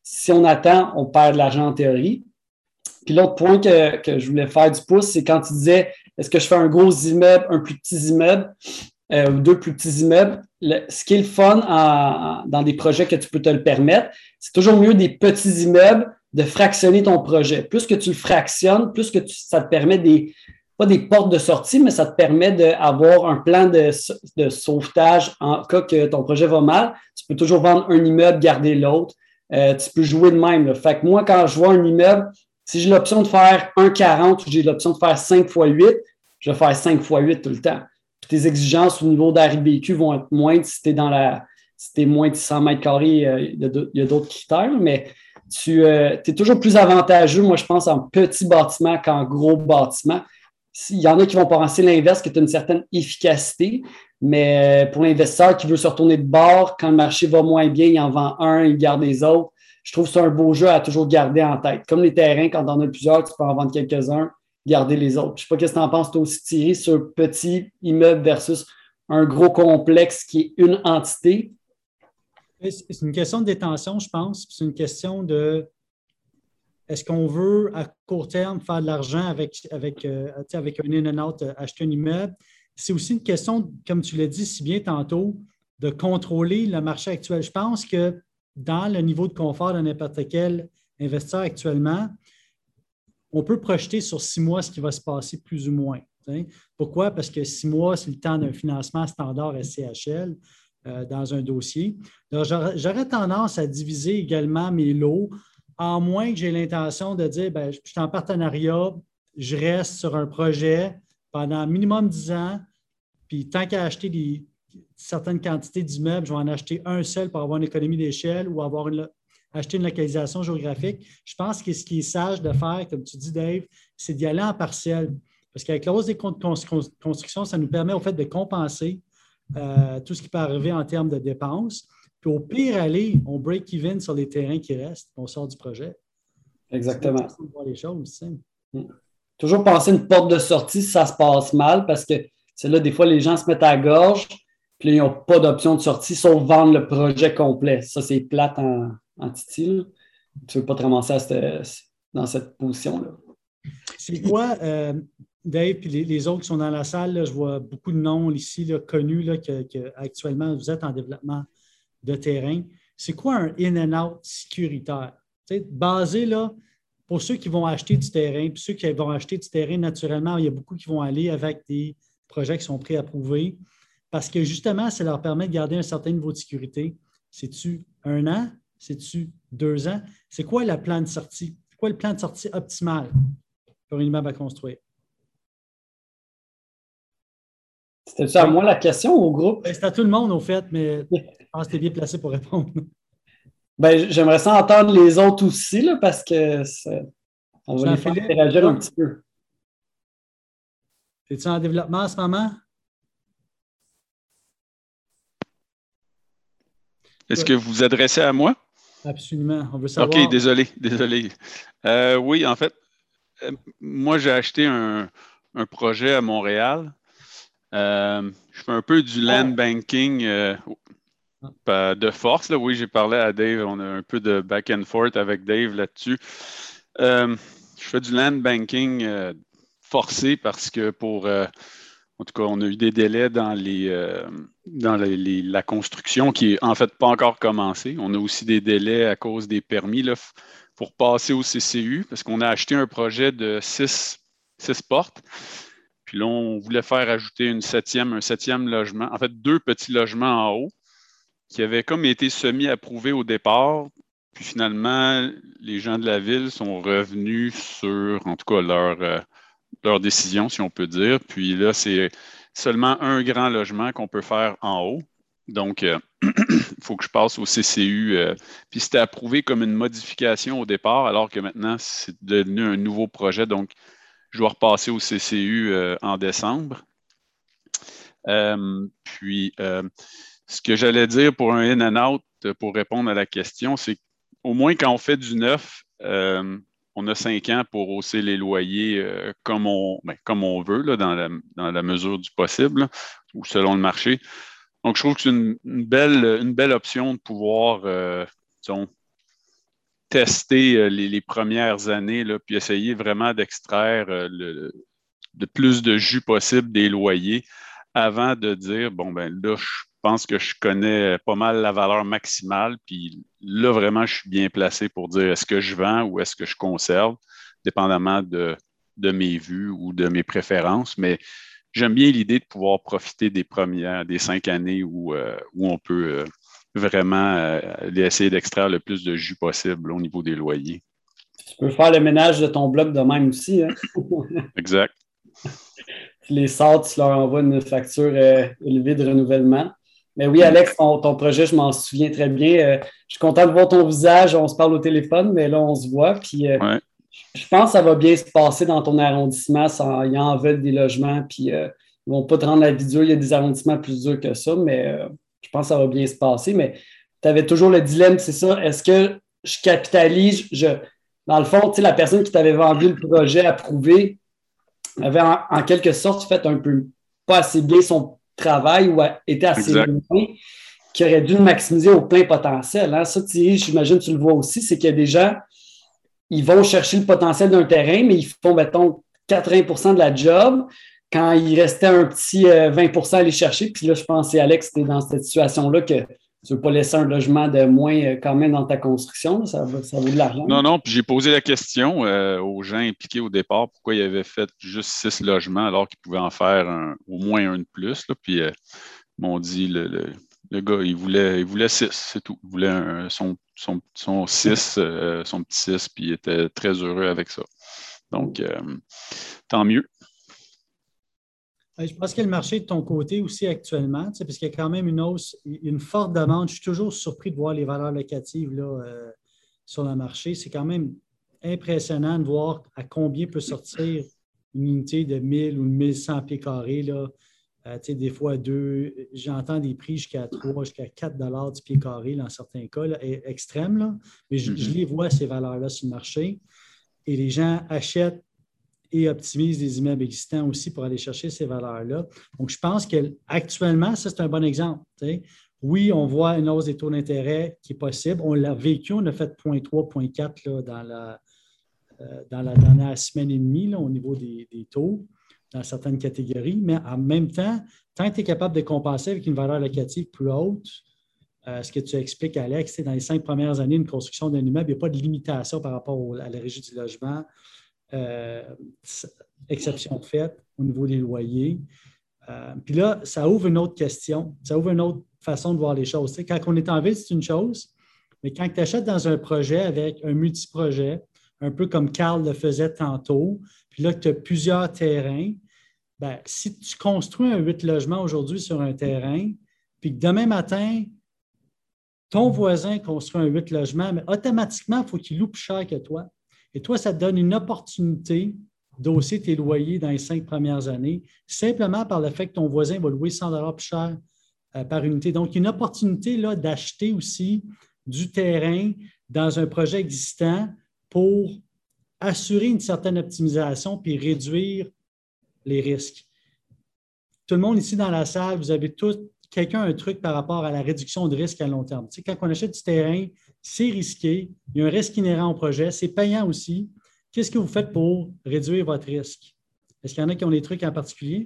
Si on attend, on perd de l'argent en théorie. Puis l'autre point que, que je voulais faire du pouce, c'est quand tu disais, est-ce que je fais un gros immeuble, un plus petit immeuble euh, ou deux plus petits immeubles? Le, ce qui est le fun en, dans des projets que tu peux te le permettre, c'est toujours mieux des petits immeubles de fractionner ton projet. Plus que tu le fractionnes, plus que tu, ça te permet des, pas des portes de sortie, mais ça te permet d'avoir un plan de, de sauvetage en cas que ton projet va mal. Tu peux toujours vendre un immeuble, garder l'autre. Euh, tu peux jouer de même. Là. Fait que moi, quand je vois un immeuble, si j'ai l'option de faire un virgule quarante ou j'ai l'option de faire cinq fois huit, je vais faire cinq fois huit tout le temps. Puis tes exigences au niveau d'R I B Q vont être moindres si tu es dans la. Si tu es moins de cent mètres carrés, euh, il y a d'autres critères, mais tu euh, es toujours plus avantageux, moi, je pense, en petit bâtiment qu'en gros bâtiment. Il y en a qui vont penser l'inverse, qui est une certaine efficacité, mais pour l'investisseur qui veut se retourner de bord, quand le marché va moins bien, il en vend un, il garde les autres. Je trouve que c'est un beau jeu à toujours garder en tête. Comme les terrains, quand tu en as plusieurs, tu peux en vendre quelques-uns, garder les autres. Je ne sais pas ce que tu en penses, toi aussi, Thierry, sur petit immeuble versus un gros complexe qui est une entité. C'est une question de détention, je pense. C'est une question de est-ce qu'on veut, à court terme, faire de l'argent avec, avec, euh, avec un in and out, euh, acheter un immeuble. C'est aussi une question, comme tu l'as dit si bien tantôt, de contrôler le marché actuel. Je pense que dans le niveau de confort de n'importe quel investisseur actuellement, on peut projeter sur six mois ce qui va se passer plus ou moins. T'sais. Pourquoi? Parce que six mois, c'est le temps d'un financement standard S C H L euh, dans un dossier. Donc, j'aurais tendance à diviser également mes lots, en moins que j'ai l'intention de dire, bien, je suis en partenariat, je reste sur un projet pendant minimum dix ans, puis tant qu'à acheter des, certaines quantités d'immeubles, je vais en acheter un seul pour avoir une économie d'échelle ou avoir une, acheter une localisation géographique. Je pense que ce qui est sage de faire, comme tu dis, Dave, c'est d'y aller en partiel. Parce qu'avec la hausse des comptes de construction, ça nous permet au fait de compenser euh, tout ce qui peut arriver en termes de dépenses. Puis au pire, aller, on break-even sur les terrains qui restent, on sort du projet. Exactement. C'est voir les choses, mmh. Toujours penser une porte de sortie si ça se passe mal, parce que c'est là, des fois, les gens se mettent à la gorge, puis là, ils n'ont pas d'option de sortie, sauf vendre le projet complet. Ça, c'est plate en, en titi. Tu ne veux pas te ramasser à cette, dans cette position-là. C'est quoi, euh, Dave, puis les, les autres qui sont dans la salle, là, je vois beaucoup de noms ici là, connus là, que, que actuellement vous êtes en développement de terrain. C'est quoi un in and out sécuritaire? T'sais, basé là, pour ceux qui vont acheter du terrain, puis ceux qui vont acheter du terrain, naturellement, il y a beaucoup qui vont aller avec des projets qui sont préapprouvés parce que justement, ça leur permet de garder un certain niveau de sécurité. C'est-tu un an? C'est-tu deux ans? C'est quoi le plan de sortie? C'est quoi le plan de sortie optimal pour un immeuble à construire? C'était ça à moi la question au groupe? C'est à tout le monde, au fait, mais je pense que tu es bien placé pour répondre. Ben, j'aimerais ça entendre les autres aussi, là, parce que on va les faire interagir un petit peu. Es-tu en développement en ce moment? Est-ce que vous vous adressez à moi? Absolument. On veut savoir. OK, désolé, désolé. Euh, oui, en fait, euh, moi, j'ai acheté un, un projet à Montréal. Euh, je fais un peu du land banking euh, de force. Là. Oui, j'ai parlé à Dave. On a un peu de back and forth avec Dave là-dessus. Euh, je fais du land banking euh, forcé parce que pour... Euh, en tout cas, on a eu des délais dans, les, euh, dans les, les, la construction qui n'est en fait pas encore commencée. On a aussi des délais à cause des permis là, pour passer au C C U parce qu'on a acheté un projet de six, six portes. Puis là, on voulait faire ajouter une septième, un septième logement, en fait, deux petits logements en haut qui avaient comme été semi-approuvés au départ. Puis finalement, les gens de la ville sont revenus sur, en tout cas, leur, euh, leur décision, si on peut dire. Puis là, c'est seulement un grand logement qu'on peut faire en haut. Donc, il euh, faut que je passe au C C U. Euh, puis c'était approuvé comme une modification au départ, alors que maintenant, c'est devenu un nouveau projet. Donc, je dois repasser au C C U euh, en décembre. Euh, puis, euh, ce que j'allais dire pour un in and out, pour répondre à la question, c'est qu'au moins quand on fait du neuf, euh, on a cinq ans pour hausser les loyers euh, comme, on, ben, comme on veut, là, dans, la, dans la mesure du possible, là, ou selon le marché. Donc, je trouve que c'est une, une, belle, une belle option de pouvoir, euh, disons, tester euh, les, les premières années, là, puis essayer vraiment d'extraire euh, le, le plus de jus possible des loyers avant de dire, bon, ben là, je pense que je connais pas mal la valeur maximale, puis là, vraiment, je suis bien placé pour dire est-ce que je vends ou est-ce que je conserve, dépendamment de, de mes vues ou de mes préférences. Mais j'aime bien l'idée de pouvoir profiter des premières, des cinq années où, euh, où on peut euh, vraiment euh, essayer d'extraire le plus de jus possible au niveau des loyers. Tu peux faire le ménage de ton bloc de même aussi. Hein? Exact. Tu les sors, tu leur envoies une facture euh, élevée de renouvellement. Mais oui, Alex, ton, ton projet, je m'en souviens très bien. Euh, je suis content de voir ton visage. On se parle au téléphone, mais là, on se voit. Puis, euh, ouais. Je pense que ça va bien se passer dans ton arrondissement. Ça, ils en veulent des logements. Puis, euh, ils ne vont pas te rendre la vie dure. Il y a des arrondissements plus durs que ça, mais euh, je pense que ça va bien se passer. Mais tu avais toujours le dilemme, c'est ça. Est-ce que je capitalise? Je, dans le fond, tu sais, la personne qui t'avait vendu le projet approuvé avait en, en quelque sorte fait un peu pas assez bien son travail ou a, était assez exact. loin, qui aurait dû le maximiser au plein potentiel. Hein? Ça, Thierry, j'imagine que tu le vois aussi, c'est qu'il y a des gens, ils vont chercher le potentiel d'un terrain, mais ils font, mettons, quatre-vingts pour cent de la job quand il restait un petit euh, vingt pour cent à aller chercher. Puis là, je pense que Alex, tu es dans cette situation-là que tu ne veux pas laisser un logement de moins euh, quand même dans ta construction. Ça, ça vaut de l'argent. Non, non. Puis j'ai posé la question euh, aux gens impliqués au départ pourquoi ils avaient fait juste six logements alors qu'ils pouvaient en faire un, au moins un de plus. Là. Puis euh, ils m'ont dit le, le, le gars, il voulait, il voulait six, c'est tout. Il voulait un, son, son, son six, euh, son petit six, puis il était très heureux avec ça. Donc, euh, tant mieux. Je pense que le marché de ton côté aussi actuellement, parce qu'il y a quand même une hausse, une forte demande. Je suis toujours surpris de voir les valeurs locatives là, euh, sur le marché. C'est quand même impressionnant de voir à combien peut sortir une unité de mille ou mille cent pieds carrés. Là. Euh, des fois, deux, j'entends des prix jusqu'à trois, jusqu'à quatre dollars du pied carré dans certains cas, là, extrêmes. Là. Mais je, je les vois, ces valeurs-là, sur le marché. Et les gens achètent et optimise les immeubles existants aussi pour aller chercher ces valeurs-là. Donc, je pense qu'actuellement, ça, c'est un bon exemple. T'sais. Oui, on voit une hausse des taux d'intérêt qui est possible. On l'a vécu, on a fait zéro virgule trois, zéro virgule quatre là, dans, la, euh, dans la dernière semaine et demie là, au niveau des, des taux dans certaines catégories. Mais en même temps, tant que tu es capable de compenser avec une valeur locative plus haute, euh, ce que tu expliques, Alex, c'est dans les cinq premières années, une construction d'un immeuble, il n'y a pas de limitation par rapport au, à la régie du logement. Euh, exception faite au niveau des loyers. Euh, puis là, ça ouvre une autre question, ça ouvre une autre façon de voir les choses. Tu sais, quand on est en ville, c'est une chose, mais quand tu achètes dans un projet avec un multiprojet, un peu comme Carl le faisait tantôt, puis là, tu as plusieurs terrains, bien, si tu construis un huit logements aujourd'hui sur un terrain, puis que demain matin, ton voisin construit un huit logements, mais automatiquement, il faut qu'il loue plus cher que toi. Et toi, ça te donne une opportunité d'hausser tes loyers dans les cinq premières années, simplement par le fait que ton voisin va louer cent dollars plus cher euh, par unité. Donc, une opportunité là, d'acheter aussi du terrain dans un projet existant pour assurer une certaine optimisation puis réduire les risques. Tout le monde ici dans la salle, vous avez tous quelqu'un un truc par rapport à la réduction de risque à long terme. Tu sais, quand on achète du terrain, c'est risqué, il y a un risque inhérent au projet, c'est payant aussi. Qu'est-ce que vous faites pour réduire votre risque? Est-ce qu'il y en a qui ont des trucs en particulier?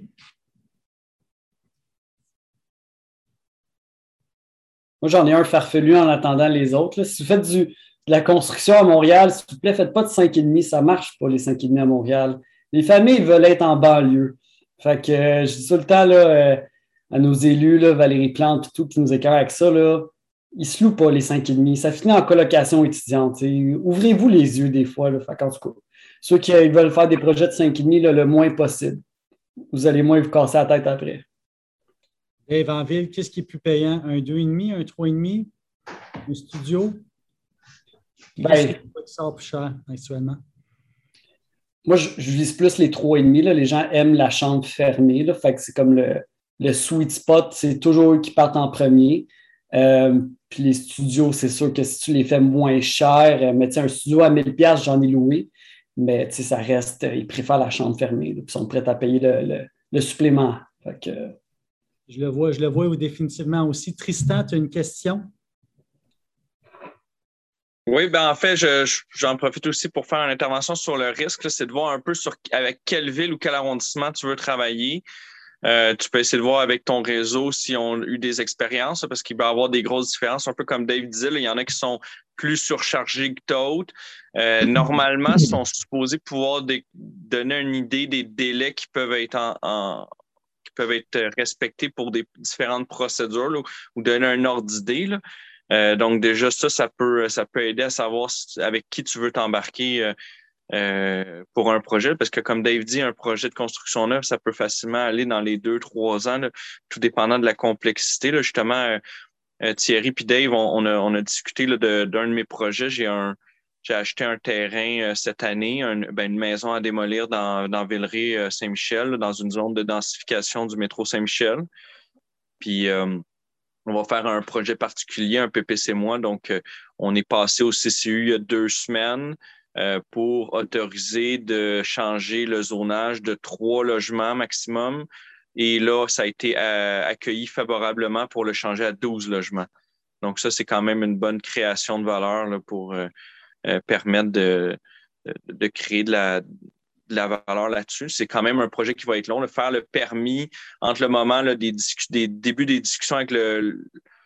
Moi, j'en ai un farfelu en attendant les autres. Là. Si vous faites du, de la construction à Montréal, s'il vous plaît, faites pas de cinq virgule cinq. Ça ne marche pas, les cinq virgule cinq à Montréal. Les familles veulent être en banlieue. Fait que euh, je dis tout le temps là, euh, à nos élus, là, Valérie Plante et tout, qui nous écœurent avec ça, là, ils ne se louent pas les cinq virgule cinq. Ça finit en colocation étudiante. T'sais. Ouvrez-vous les yeux des fois. Là. Fait qu'en tout cas, ceux qui euh, veulent faire des projets de cinq virgule cinq là, le moins possible. Vous allez moins vous casser la tête après. Dave, en ville, qu'est-ce qui est plus payant? Un deux virgule cinq, un trois virgule cinq, un studio? Qu'est-ce Ben, qui sort plus cher actuellement? Moi, je, je vise plus les trois virgule cinq. Là. Les gens aiment la chambre fermée. Là. Fait que c'est comme le, le sweet spot. C'est toujours eux qui partent en premier. Euh, puis les studios, c'est sûr que si tu les fais moins cher, euh, mais un studio à mille dollars, j'en ai loué, mais ça reste, euh, ils préfèrent la chambre fermée, là, puis sont prêts à payer le, le, le supplément. Fait que, euh... Je le vois, je le vois définitivement aussi. Tristan, tu as une question? Oui, ben en fait, je, je, j'en profite aussi pour faire une intervention sur le risque. Là, c'est de voir un peu sur avec quelle ville ou quel arrondissement tu veux travailler. Euh, tu peux essayer de voir avec ton réseau s'ils ont eu des expériences, parce qu'il peut y avoir des grosses différences. Un peu comme Dave disait, là, il y en a qui sont plus surchargés que d'autres. Euh, normalement, ils sont supposés pouvoir dé- donner une idée des délais qui peuvent être en, en qui peuvent être respectés pour des différentes procédures là, ou donner un ordre d'idée. Là. Euh, donc déjà ça, ça peut, ça peut aider à savoir si, avec qui tu veux t'embarquer euh, euh, pour un projet, parce que comme Dave dit, un projet de construction neuve, ça peut facilement aller dans les deux, trois ans, là, tout dépendant de la complexité. Là. Justement, euh, Thierry puis Dave, on, on, a, on a discuté là, de, d'un de mes projets. J'ai un j'ai acheté un terrain euh, cette année, un, ben, une maison à démolir dans, dans Villeray-Saint-Michel, dans une zone de densification du métro Saint-Michel. Puis euh, on va faire un projet particulier, un P P C moi. Donc, euh, on est passé au C C U il y a deux semaines euh, pour autoriser de changer le zonage de trois logements maximum. Et là, ça a été euh, accueilli favorablement pour le changer à douze logements. Donc, ça, c'est quand même une bonne création de valeur là, pour euh, euh, permettre de, de, de créer de la, de la valeur là-dessus. C'est quand même un projet qui va être long. Là, faire le permis entre le moment là, des, discu- des débuts des discussions avec le,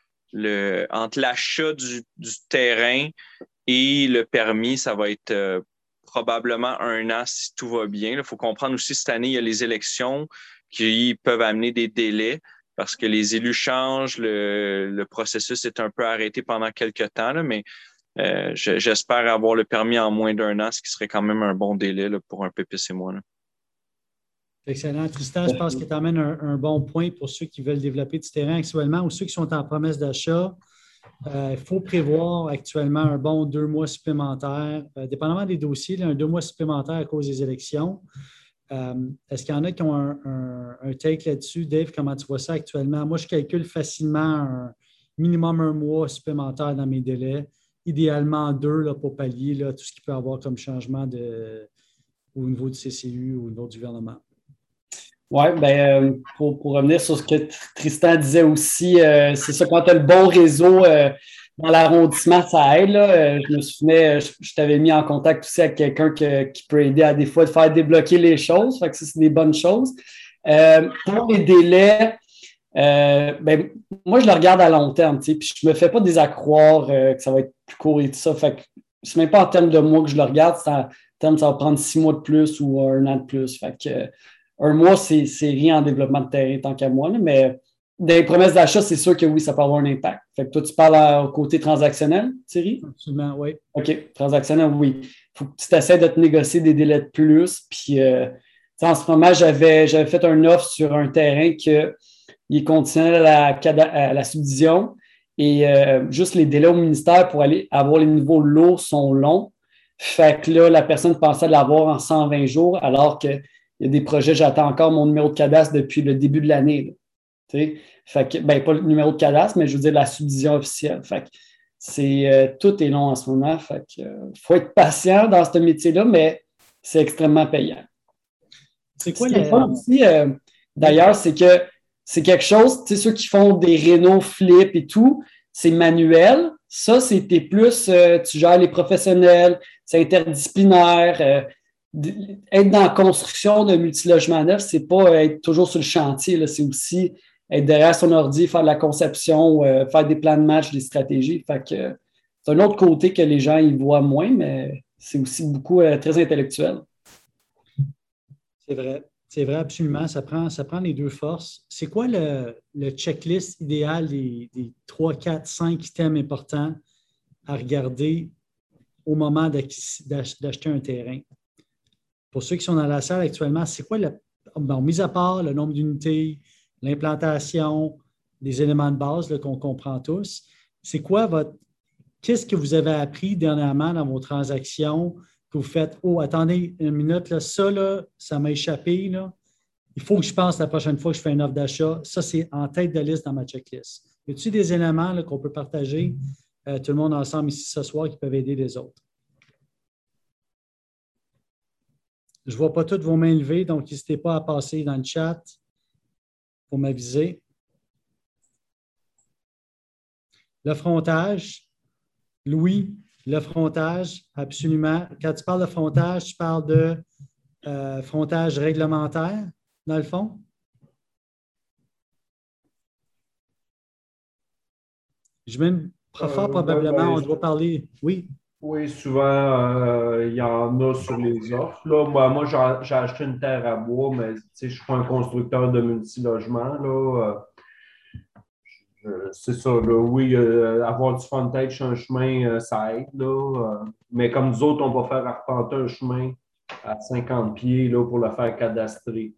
le entre l'achat du, du terrain et le permis, ça va être euh, probablement un an si tout va bien. Il faut comprendre aussi cette année, il y a les élections qui peuvent amener des délais parce que les élus changent, le, le processus est un peu arrêté pendant quelques temps, là, mais euh, je, j'espère avoir le permis en moins d'un an, ce qui serait quand même un bon délai là, pour un P P C moi. Là. Excellent. Tristan, je pense que tu amènes un, un bon point pour ceux qui veulent développer du terrain actuellement ou ceux qui sont en promesse d'achat. Euh, il faut prévoir actuellement un bon deux mois supplémentaires, euh, dépendamment des dossiers, là, un deux mois supplémentaires à cause des élections. Euh, est-ce qu'il y en a qui ont un, un, un take là-dessus? Dave, comment tu vois ça actuellement? Moi, je calcule facilement un minimum un mois supplémentaire dans mes délais, idéalement deux là, pour pallier là, tout ce qu'il peut y avoir comme changement de, au niveau du C C U ou au niveau du gouvernement. Oui, ben, pour, pour revenir sur ce que Tristan disait aussi, euh, c'est ça, quand tu as le bon réseau euh, dans l'arrondissement, ça aide. Là. Euh, je me souvenais, je, je t'avais mis en contact aussi avec quelqu'un que, qui peut aider à des fois de faire débloquer les choses. Fait que ça, c'est des bonnes choses. Euh, pour les délais, euh, ben, moi, je le regarde à long terme, puis je ne me fais pas désaccroire euh, que ça va être plus court et tout ça. Fait que c'est même pas en termes de mois que je le regarde, c'est en termes ça va prendre six mois de plus ou un an de plus. Fait que euh, un mois, c'est, c'est rien en développement de terrain tant qu'à moi, là, mais dans les promesses d'achat, c'est sûr que oui, ça peut avoir un impact. Fait que toi, tu parles à, au côté transactionnel, Thierry? Absolument, oui. OK, transactionnel, oui. Il faut que tu essaies de te négocier des délais de plus. Puis, euh, en ce moment, j'avais, j'avais fait un offre sur un terrain que il est conditionnel à la, à la subdivision et euh, juste les délais au ministère pour aller avoir les niveaux lourds sont longs. Fait que là, la personne pensait l'avoir en cent vingt jours, alors qu'il y a des projets, j'attends encore mon numéro de cadastre depuis le début de l'année. Fait que, ben, pas le numéro de cadastre, mais je veux dire la subdivision officielle. Fait que c'est, euh, tout est long en ce moment. Fait que, euh, faut être patient dans ce métier-là, mais c'est extrêmement payant. C'est quoi ce qui la... est fun aussi, euh, d'ailleurs, c'est que c'est quelque chose, tu sais, ceux qui font des rénaux flip et tout, c'est manuel. Ça, c'était plus, euh, tu gères les professionnels, c'est interdisciplinaire. Euh, être dans la construction de multilogements neufs, c'est pas être toujours sur le chantier, là, c'est aussi être derrière son ordi, faire de la conception, euh, faire des plans de match, des stratégies. Fait que euh, c'est un autre côté que les gens y voient moins, mais c'est aussi beaucoup euh, très intellectuel. C'est vrai. C'est vrai, absolument. Ça prend, ça prend les deux forces. C'est quoi le, le checklist idéal des, des trois, quatre, cinq items importants à regarder au moment d'acheter un terrain? Pour ceux qui sont dans la salle actuellement, c'est quoi, le, bon, mis à part le nombre d'unités, l'implantation, des éléments de base là, qu'on comprend tous, c'est quoi votre... Qu'est-ce que vous avez appris dernièrement dans vos transactions que vous faites, oh, attendez une minute, là, ça, là, ça m'a échappé. Là. Il faut que je pense la prochaine fois que je fais une offre d'achat. Ça, c'est en tête de liste dans ma checklist. Y a-t-il des éléments là, qu'on peut partager, euh, tout le monde ensemble ici ce soir, qui peuvent aider les autres? Je ne vois pas toutes vos mains levées, donc n'hésitez pas à passer dans le chat pour m'aviser. Le frontage, Louis, Le frontage, absolument. Quand tu parles de frontage, tu parles de euh, frontage réglementaire, dans le fond? Je mets fort Euh, probablement, ben, ben, on doit parler. Oui. Oui, souvent, euh, il y en a sur les offres. Là. Moi, moi j'ai j'ai acheté une terre à bois, mais tu sais, je ne suis pas un constructeur de multilogements. Là. Euh, je- c'est ça, là. Oui, euh, avoir du frontage sur un chemin, euh, ça aide. Là. Euh, mais comme nous autres, on va faire arpenter un chemin à cinquante pieds là, pour le faire cadastrer.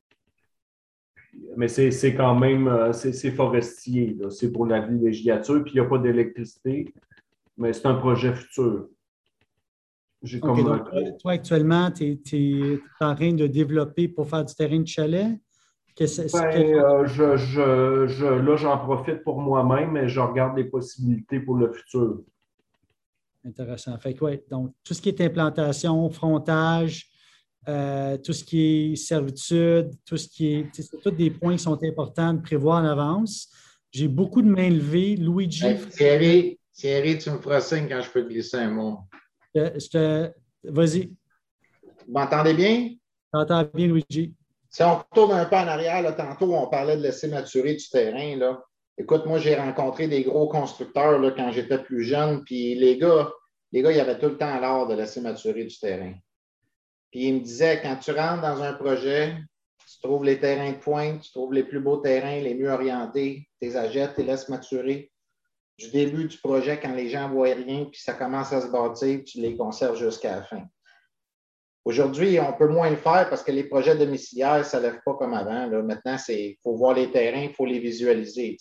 Mais c'est c'est quand même euh, c'est c'est forestier. là. C'est pour la villégiature, puis il n'y a pas d'électricité, mais c'est un projet futur. J'ai OK, comme donc toi, un- toi, actuellement, tu es en train de développer pour faire du terrain de chalet? Qu'est-ce- c'est- Ben, quel genre euh, je, je, je- là, j'en profite pour moi-même, mais je regarde les possibilités pour le futur. Intéressant. Fait que, ouais, donc, tout ce qui est implantation, frontage, euh, tout ce qui est servitude, tout ce qui est. tu sais, C'est tous des points qui sont importants de prévoir en avance. J'ai beaucoup de mains levées. Luigi, Hey, Thierry, Thierry, tu me feras signe quand je peux te glisser un mot. je je te- vas-y, Vous m'entendez bien? t'entends bien, Luigi. Si on retourne un peu en arrière, là, tantôt, on parlait de laisser maturer du terrain. Là. Écoute, moi, j'ai rencontré des gros constructeurs là, quand j'étais plus jeune, puis les gars, les gars, ils avaient tout le temps l'art de laisser maturer du terrain. Puis ils me disaient, quand tu rentres dans un projet, tu trouves les terrains de pointe, tu trouves les plus beaux terrains, les mieux orientés, tu les achètes, tu les laisses maturer. Du début du projet, quand les gens ne voient rien, puis ça commence à se bâtir, tu les conserves jusqu'à la fin. Aujourd'hui, on peut moins le faire parce que les projets domiciliaires, ça ne lève pas comme avant. Là. Maintenant, il faut voir les terrains, il faut les visualiser.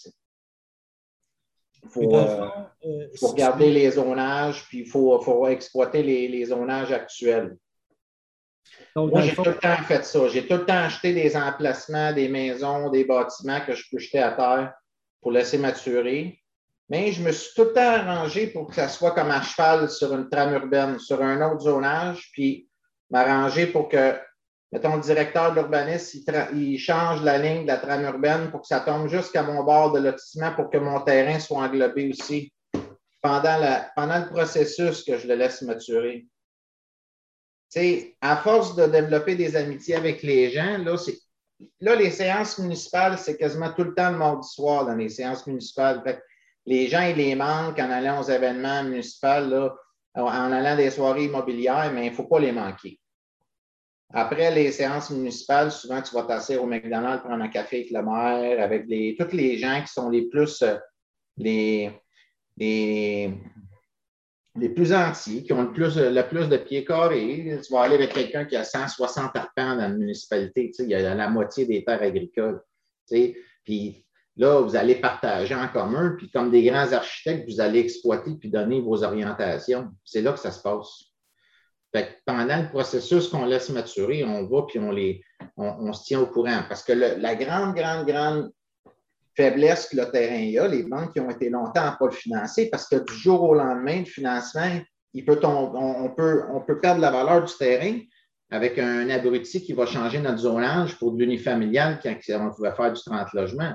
Il faut, euh, euh, faut regarder les zonages, puis il faut, faut exploiter les, les zonages actuels. Donc, Moi, dans le j'ai fond, tout le temps fait ça. J'ai tout le temps acheté des emplacements, des maisons, des bâtiments que je peux jeter à terre pour laisser maturer. Mais je me suis tout le temps arrangé pour que ça soit comme à cheval sur une trame urbaine, sur un autre zonage, puis m'arranger pour que, mettons, le directeur de l'urbanisme, il, il change la ligne de la trame urbaine pour que ça tombe jusqu'à mon bord de lotissement pour que mon terrain soit englobé aussi pendant, la, pendant le processus que je le laisse maturer. Tu sais, à force de développer des amitiés avec les gens, là, c'est, là, les séances municipales, c'est quasiment tout le temps le mardi soir dans les séances municipales. Fait que les gens, ils les manquent en allant aux événements municipaux, là, en allant des soirées immobilières, mais il ne faut pas les manquer. Après les séances municipales, souvent, tu vas t'asseoir au McDonald's, prendre un café avec le maire, avec les, tous les gens qui sont les plus, les, les, les plus entiers, qui ont le plus, le plus de pieds carrés. Tu vas aller avec quelqu'un qui a cent soixante arpents dans la municipalité. Tu sais, il y a la moitié des terres agricoles. Tu sais, puis là, vous allez partager en commun, puis comme des grands architectes, vous allez exploiter puis donner vos orientations. C'est là que ça se passe. Fait que pendant le processus qu'on laisse maturer, on va puis on, les, on, on se tient au courant. Parce que le, la grande, grande, grande faiblesse que le terrain a, les banques qui ont été longtemps à ne pas le financer, parce que du jour au lendemain, le financement, il peut tomber, on, on, peut, on peut perdre la valeur du terrain avec un abruti qui va changer notre zonage pour de l'unifamilial quand on pouvait faire du trente logements.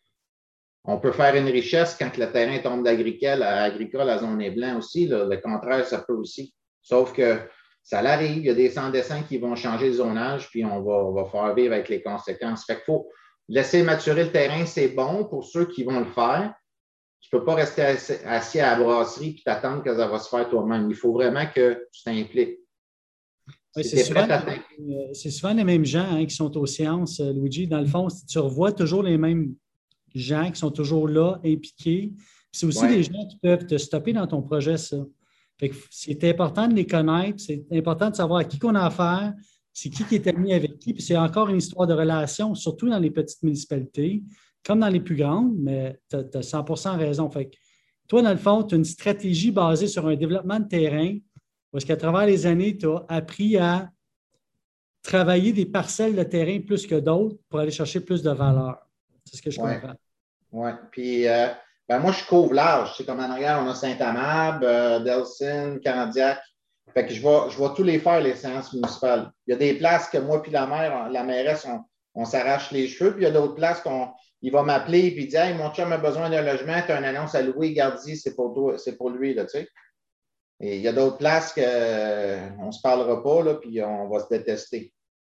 On peut faire une richesse quand le terrain tombe d'agricole à agricole à zone blanc aussi. Là. Le contraire, ça peut aussi. Sauf que ça l'arrive, il y a des sans-dessins qui vont changer le zonage, puis on va, on va faire vivre avec les conséquences. Fait qu'il faut laisser maturer le terrain, c'est bon pour ceux qui vont le faire. Tu ne peux pas rester assis, assis à la brasserie et t'attendre que ça va se faire toi-même. Il faut vraiment que tu t'impliques. Oui, c'est, souvent, c'est souvent les mêmes gens hein, qui sont aux séances, Luigi. Dans le fond, tu revois toujours les mêmes gens qui sont toujours là, impliqués. C'est aussi ouais. des gens qui peuvent te stopper dans ton projet, ça. Fait que c'est important de les connaître, c'est important de savoir à qui qu'on a affaire, c'est qui qui est ami avec qui, puis c'est encore une histoire de relation, surtout dans les petites municipalités, comme dans les plus grandes, mais tu as cent pour cent raison. Fait que toi, dans le fond, tu as une stratégie basée sur un développement de terrain, parce qu'à travers les années, tu as appris à travailler des parcelles de terrain plus que d'autres pour aller chercher plus de valeur. C'est ce que je ouais. comprends. Oui, puis... Euh... Ben moi, je couvre large. C'est comme en arrière, on a Saint-Amable, euh, Delsin, Candiac. Fait que je vais, je vais tous les faire, les séances municipales. Il y a des places que moi puis la maire, la mairesse, on, on s'arrache les cheveux. Puis il y a d'autres places qu'on il va m'appeler et il dit Hey, mon chum a besoin d'un logement, tu as une annonce à louer, garde-y, c'est pour toi, c'est pour lui, là, tu sais. Et il y a d'autres places qu'on ne se parlera pas, là, puis on va se détester.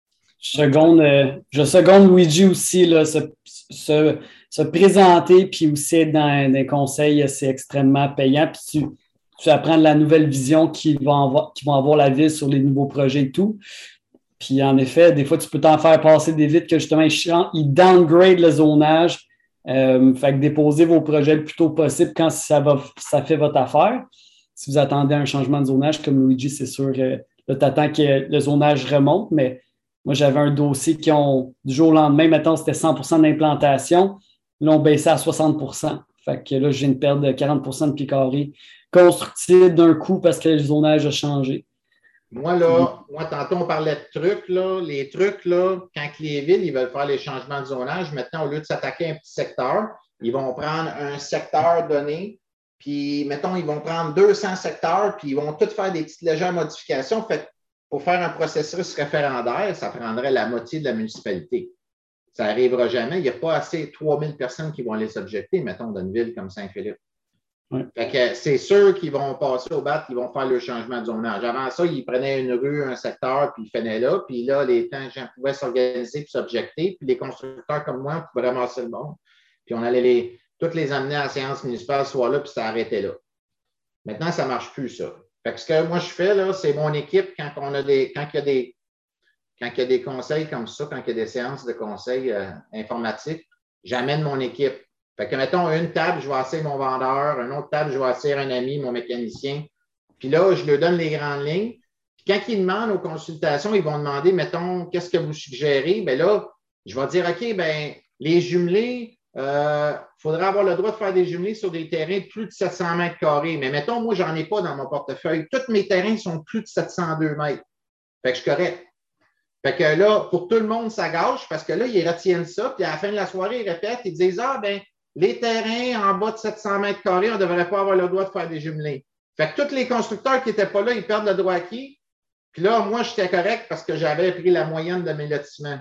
Je seconde, euh, je seconde Luigi aussi, là, se, se, se présenter, puis aussi être dans des conseils, c'est extrêmement payant. Puis tu, tu apprends de la nouvelle vision qu'ils vont avoir, qu'ils vont avoir la ville sur les nouveaux projets et tout. Puis en effet, des fois, tu peux t'en faire passer des vites que justement, ils, ils downgrade le zonage. Euh, fait que déposez vos projets le plus tôt possible quand ça, va, ça fait votre affaire. Si vous attendez un changement de zonage, comme Luigi, c'est sûr, euh, là, tu attends que le zonage remonte, mais moi, j'avais un dossier qui ont, du jour au lendemain, maintenant, c'était cent pour cent d'implantation. Là, on baissait à soixante pour cent. Fait que là, j'ai une perte de quarante pour cent de pieds carrés constructibles d'un coup parce que le zonage a changé. Moi, là, moi, tantôt, on parlait de trucs, là. Les trucs, là, quand les villes, ils veulent faire les changements de zonage, maintenant, au lieu de s'attaquer à un petit secteur, ils vont prendre un secteur donné, puis, mettons, ils vont prendre deux cents secteurs, puis ils vont tous faire des petites légères modifications. Fait pour faire un processus référendaire, ça prendrait la moitié de la municipalité. Ça n'arrivera jamais. Il n'y a pas assez de trois mille personnes qui vont aller s'objecter, mettons, dans une ville comme Saint-Philippe. Ouais. Fait que c'est sûr qu'ils vont passer au bat, ils vont faire le changement de zonage. Avant ça, ils prenaient une rue, un secteur, puis ils fenaient là. Puis là, les gens pouvaient s'organiser et s'objecter. Puis les constructeurs comme moi pouvaient ramasser le monde. Puis on allait les, toutes les amener à la séance municipale ce soir-là, puis ça arrêtait là. Maintenant, ça ne marche plus, ça. Fait que ce que moi je fais, là, c'est mon équipe quand on a des. Quand il y a des. Quand il y a des conseils comme ça, quand il y a des séances de conseils euh, informatiques, j'amène mon équipe. Fait que, mettons, une table, je vais asseoir mon vendeur, une autre table, je vais asseoir un ami, mon mécanicien. Puis là, je leur donne les grandes lignes. Puis quand ils demandent aux consultations, ils vont demander, mettons, qu'est-ce que vous suggérez? Bien là, je vais dire, OK, bien, les jumelés, il euh, faudrait avoir le droit de faire des jumelés sur des terrains de plus de sept cents mètres carrés. Mais mettons, moi, je n'en ai pas dans mon portefeuille. Tous mes terrains sont plus de sept cent deux mètres. Fait que je suis correct. Fait que là, pour tout le monde, ça gâche parce que là, ils retiennent ça. Puis à la fin de la soirée, ils répètent, ils disent, ah, ben les terrains en bas de sept cents mètres carrés, on ne devrait pas avoir le droit de faire des jumelés. Fait que tous les constructeurs qui n'étaient pas là, ils perdent le droit acquis. Puis là, moi, j'étais correct parce que j'avais pris la moyenne de mes lotissements.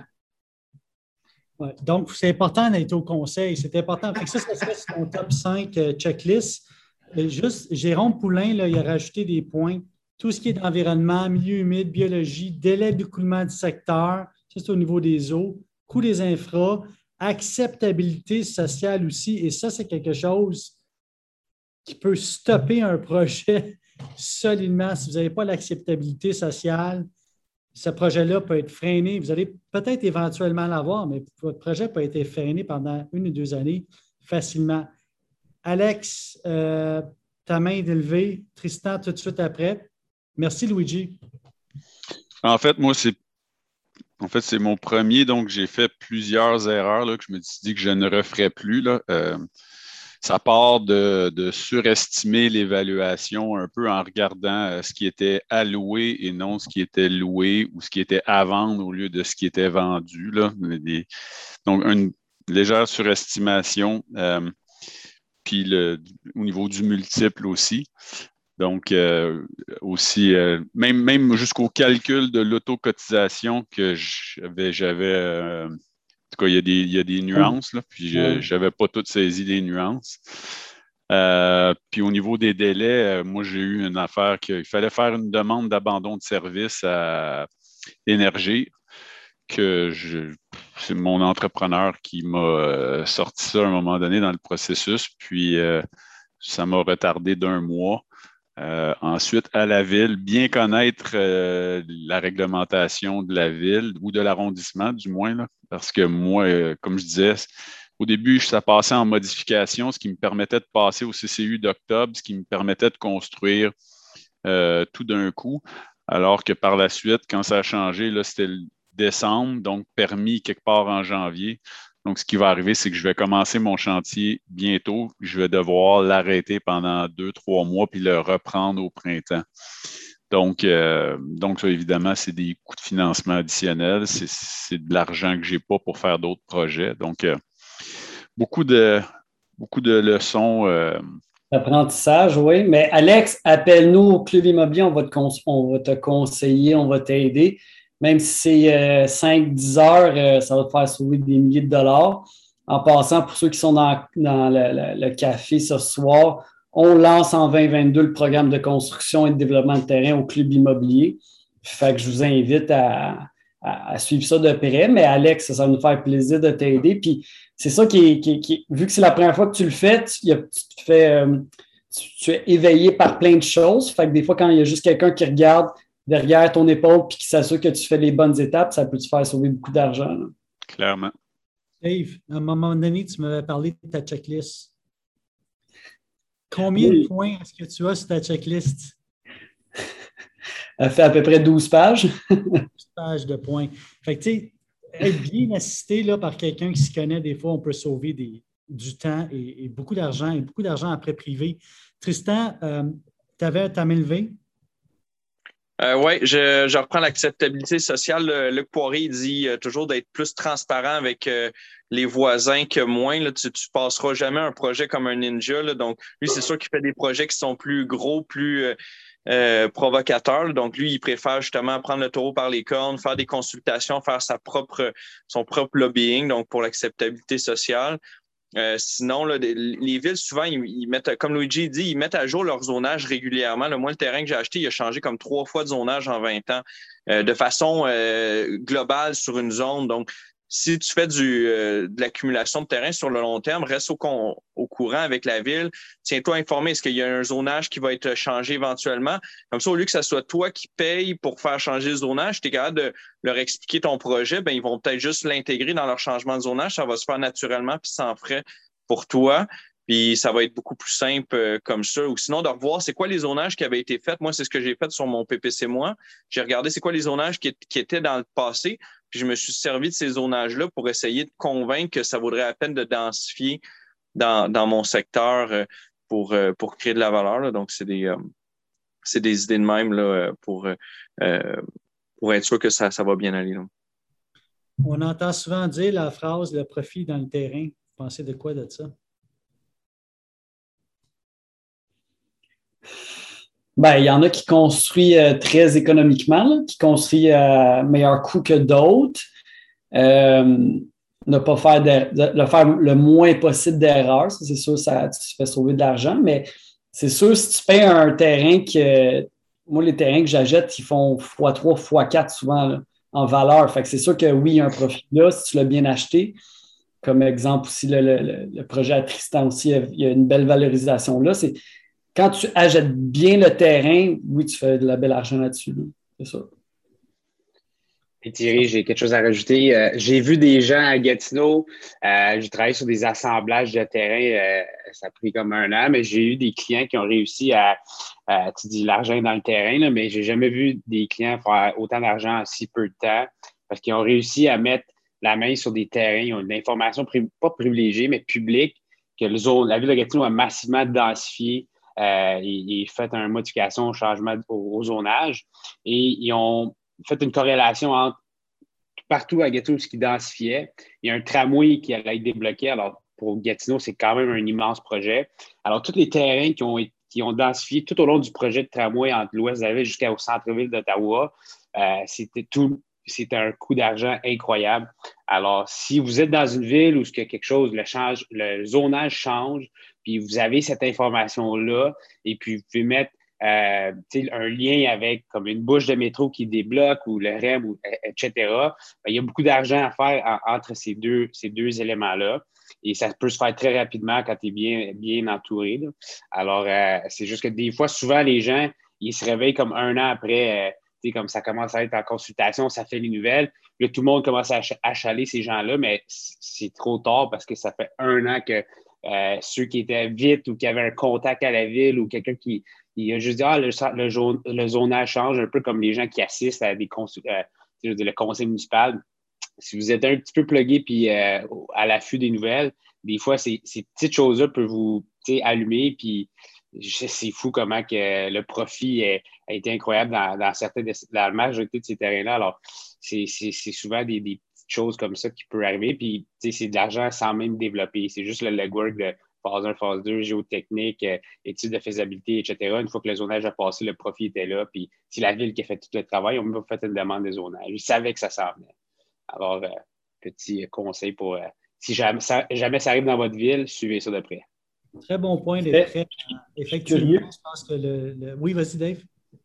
Ouais, donc, c'est important d'être au conseil. C'est important. Fait que ça, ça serait sur mon top cinq euh, checklist. Et juste, Jérôme Poulain, là, il a rajouté des points. Tout ce qui est d'environnement, milieu humide, biologie, délai d'écoulement du secteur, ça, c'est au niveau des eaux, coût des infras, acceptabilité sociale aussi. Et ça, c'est quelque chose qui peut stopper un projet solidement. Si vous n'avez pas l'acceptabilité sociale, ce projet-là peut être freiné. Vous allez peut-être éventuellement l'avoir, mais votre projet peut être freiné pendant une ou deux années facilement. Alex, euh, ta main est élevée. Tristan, tout de suite après. Merci, Luigi. En fait, moi, c'est en fait, c'est mon premier, donc j'ai fait plusieurs erreurs là, que je me suis dit que je ne referais plus. Là. Euh, ça part de, de surestimer l'évaluation un peu en regardant euh, ce qui était alloué et non ce qui était loué ou ce qui était à vendre au lieu de ce qui était vendu. Là. Des, donc, une légère surestimation, euh, puis le, au niveau du multiple aussi. Donc, euh, aussi, euh, même, même jusqu'au calcul de l'autocotisation que j'avais, j'avais euh, en tout cas, il y a des, il y a des nuances, là, puis je n'avais pas toutes saisi les nuances. Euh, puis au niveau des délais, euh, moi, j'ai eu une affaire qu'il fallait faire une demande d'abandon de service à Énergie, que je, c'est mon entrepreneur qui m'a euh, sorti ça à un moment donné dans le processus, puis euh, ça m'a retardé d'un mois. Euh, ensuite, à la ville, bien connaître euh, la réglementation de la ville ou de l'arrondissement, du moins, là, parce que moi, euh, comme je disais, au début, ça passait en modification, ce qui me permettait de passer au C C U d'octobre, ce qui me permettait de construire euh, tout d'un coup, alors que par la suite, quand ça a changé, là, c'était le décembre, donc permis quelque part en janvier. Donc, ce qui va arriver, c'est que je vais commencer mon chantier bientôt. Je vais devoir l'arrêter pendant deux, trois mois puis le reprendre au printemps. Donc, euh, donc ça, évidemment, c'est des coûts de financement additionnels. C'est, c'est de l'argent que je n'ai pas pour faire d'autres projets. Donc, euh, beaucoup, de, beaucoup de leçons. Euh... Apprentissage, oui. Mais Alex, appelle-nous au Club Immobilier. On va te, con- on va te conseiller, on va t'aider. Même si c'est euh, cinq à dix heures, euh, ça va te faire sauver des milliers de dollars. En passant, pour ceux qui sont dans, dans le, le, le café ce soir, on lance en vingt vingt-deux le programme de construction et de développement de terrain au Club immobilier. Fait que je vous invite à, à, à suivre ça de près. Mais Alex, ça va nous faire plaisir de t'aider. Puis c'est ça qui est, qui est, qui est, vu que c'est la première fois que tu le fais, tu, tu te fais, euh, tu, tu es éveillé par plein de choses. Fait que des fois, quand il y a juste quelqu'un qui regarde derrière ton épaule puis qui s'assure que tu fais les bonnes étapes, ça peut te faire sauver beaucoup d'argent, là. Clairement. Dave, à un moment donné, tu m'avais parlé de ta checklist. Combien Oui. de points est-ce que tu as sur ta checklist? Elle fait à peu près douze pages. douze pages de points. Fait que, tu sais, être bien assisté là, par quelqu'un qui se connaît, des fois, on peut sauver des, du temps et, et beaucoup d'argent, et beaucoup d'argent après privé. Tristan, euh, tu avais ta main levée? Euh, oui, je, je reprends l'acceptabilité sociale. Luc Poirier dit euh, toujours d'être plus transparent avec euh, les voisins que moins. Là, tu ne passeras jamais un projet comme un ninja. Là, donc, lui, c'est sûr qu'il fait des projets qui sont plus gros, plus euh, euh, provocateurs. Là. Donc, lui, il préfère justement prendre le taureau par les cornes, faire des consultations, faire sa propre, son propre lobbying, donc pour l'acceptabilité sociale. Euh, sinon, là, les villes, souvent, ils, ils mettent, comme Luigi dit, ils mettent à jour leur zonage régulièrement. Là, moi, le terrain que j'ai acheté, il a changé comme trois fois de zonage en vingt ans, euh, de façon euh, globale sur une zone. Donc, si tu fais du, euh, de l'accumulation de terrain sur le long terme, reste au, con, au courant avec la ville. Tiens-toi informé, est-ce qu'il y a un zonage qui va être changé éventuellement? Comme ça, au lieu que ce soit toi qui payes pour faire changer le zonage, tu es capable de leur expliquer ton projet, ben ils vont peut-être juste l'intégrer dans leur changement de zonage. Ça va se faire naturellement puis sans frais pour toi. Puis ça va être beaucoup plus simple euh, comme ça. Ou sinon, de revoir c'est quoi les zonages qui avaient été faits. Moi, c'est ce que j'ai fait sur mon P P C moi. J'ai regardé c'est quoi les zonages qui, qui étaient dans le passé. Puis je me suis servi de ces zonages-là pour essayer de convaincre que ça vaudrait la peine de densifier dans, dans mon secteur euh, pour, euh, pour créer de la valeur. Là. Donc, c'est des, euh, c'est des idées de même là, pour, euh, pour être sûr que ça, ça va bien aller. Là. On entend souvent dire la phrase « le profit dans le terrain ». Vous pensez de quoi de ça? Ben, il y en a qui construisent euh, très économiquement, là, qui construisent à meilleur coût que d'autres. Euh, ne pas faire de, de, de faire le moins possible d'erreurs, ça, c'est sûr, ça tu fais sauver de l'argent, mais c'est sûr, si tu payes un terrain que. Moi, les terrains que j'achète, ils font fois trois, fois quatre souvent là, en valeur. Fait que c'est sûr que oui, il y a un profit là, si tu l'as bien acheté. Comme exemple aussi, le, le, le projet à Tristan aussi, il y a une belle valorisation là. C'est quand tu achètes bien le terrain, oui, tu fais de la belle argent là-dessus. Là. C'est ça. Et Thierry, j'ai quelque chose à rajouter. Euh, j'ai vu des gens à Gatineau. Euh, j'ai travaillé sur des assemblages de terrain. Euh, ça a pris comme un an, mais j'ai eu des clients qui ont réussi à, à tu dis l'argent dans le terrain, là, mais j'ai jamais vu des clients faire autant d'argent en si peu de temps parce qu'ils ont réussi à mettre la main sur des terrains. Ils ont une information pri- pas privilégiée, mais publique, que le zone, la ville de Gatineau a massivement densifié euh, et, et fait une modification au changement au, au zonage. Et ils ont fait une corrélation entre partout à Gatineau ce qui densifiait. Il y a un tramway qui allait être débloqué. Alors, pour Gatineau, c'est quand même un immense projet. Alors, tous les terrains qui ont, qui ont densifié tout au long du projet de tramway entre l'ouest de la ville jusqu'au centre-ville d'Ottawa, euh, c'était tout. C'est un coût d'argent incroyable. Alors, si vous êtes dans une ville où ce que quelque chose, le, change, le zonage change, puis vous avez cette information-là, et puis vous pouvez mettre euh, un lien avec comme une bouche de métro qui débloque ou le R E M, ou, et cetera, bien, il y a beaucoup d'argent à faire en, entre ces deux, ces deux éléments-là. Et ça peut se faire très rapidement quand tu es bien, bien entouré. Là. Alors, euh, c'est juste que des fois, souvent, les gens, ils se réveillent comme un an après... Euh, comme ça commence à être en consultation, ça fait les nouvelles. Là, tout le monde commence à achaler ces gens-là, mais c'est trop tard parce que ça fait un an que euh, ceux qui étaient vite ou qui avaient un contact à la ville ou quelqu'un qui il a juste dit ah, le, le, le zonage change, un peu comme les gens qui assistent à des euh, le conseil municipal. Si vous êtes un petit peu plugué puis euh, à l'affût des nouvelles, des fois, ces, ces petites choses-là peuvent vous allumer puis c'est fou comment que le profit a, a été incroyable dans, dans, certains, dans la majorité de ces terrains-là. Alors, c'est souvent des, des petites choses comme ça qui peuvent arriver. Puis, c'est de l'argent sans même développer. C'est juste le legwork de phase un, phase deux, géotechnique, euh, études de faisabilité, et cetera. Une fois que le zonage a passé, le profit était là. Puis, c'est la ville qui a fait tout le travail. On n'a pas fait une demande de zonage. Ils savaient que ça s'en venait. Alors, euh, petit conseil pour... Euh, si jamais ça, jamais ça arrive dans votre ville, suivez ça de près. Très bon point, les prêts. Effectivement, je pense que le. le... Oui, vas-y, Dave.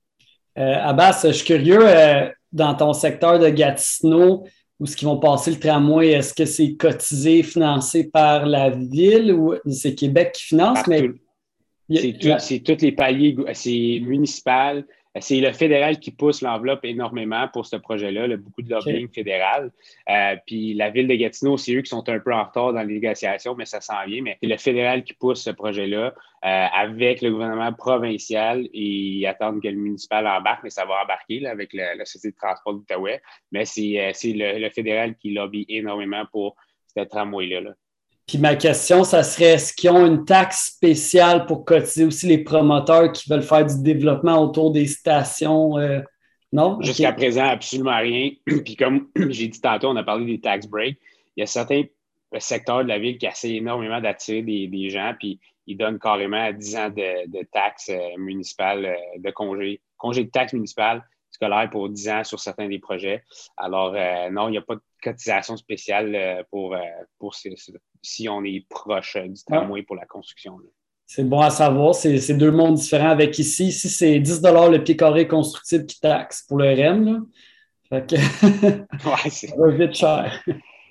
Euh, Abbas, je suis curieux, euh, dans ton secteur de Gatineau, où est-ce qu'ils vont passer le tramway, est-ce que c'est cotisé, financé par la ville ou c'est Québec qui finance? Partout. Mais c'est, tout, c'est tous les paliers, c'est municipal. C'est le fédéral qui pousse l'enveloppe énormément pour ce projet-là, là, beaucoup de lobbying okay. fédéral. Euh, puis la ville de Gatineau, c'est eux qui sont un peu en retard dans les négociations, mais ça s'en vient. Mais c'est le fédéral qui pousse ce projet-là euh, avec le gouvernement provincial et ils attendent que le municipal embarque, mais ça va embarquer là, avec la, la Société de transport d'Outaouais. Mais c'est, euh, c'est le, le fédéral qui lobby énormément pour ce tramway-là. Là. Puis ma question, ça serait, est-ce qu'ils ont une taxe spéciale pour cotiser aussi les promoteurs qui veulent faire du développement autour des stations? Euh, non? Jusqu'à okay. présent, absolument rien. Puis comme j'ai dit tantôt, on a parlé des tax breaks. Il y a certains secteurs de la ville qui essaient énormément d'attirer des, des gens, puis ils donnent carrément dix ans de, de taxes municipales, de congés, congés de taxes municipales scolaires pour dix ans sur certains des projets. Alors, euh, non, il n'y a pas de cotisation spéciale pour, pour ces, si on est proche du tramway pour la construction. Là. C'est bon à savoir. C'est, c'est deux mondes différents avec ici. Ici, c'est dix dollars le pied carré constructible qui taxe pour le R E M. Là. Fait que ouais, c'est... ça va vite cher.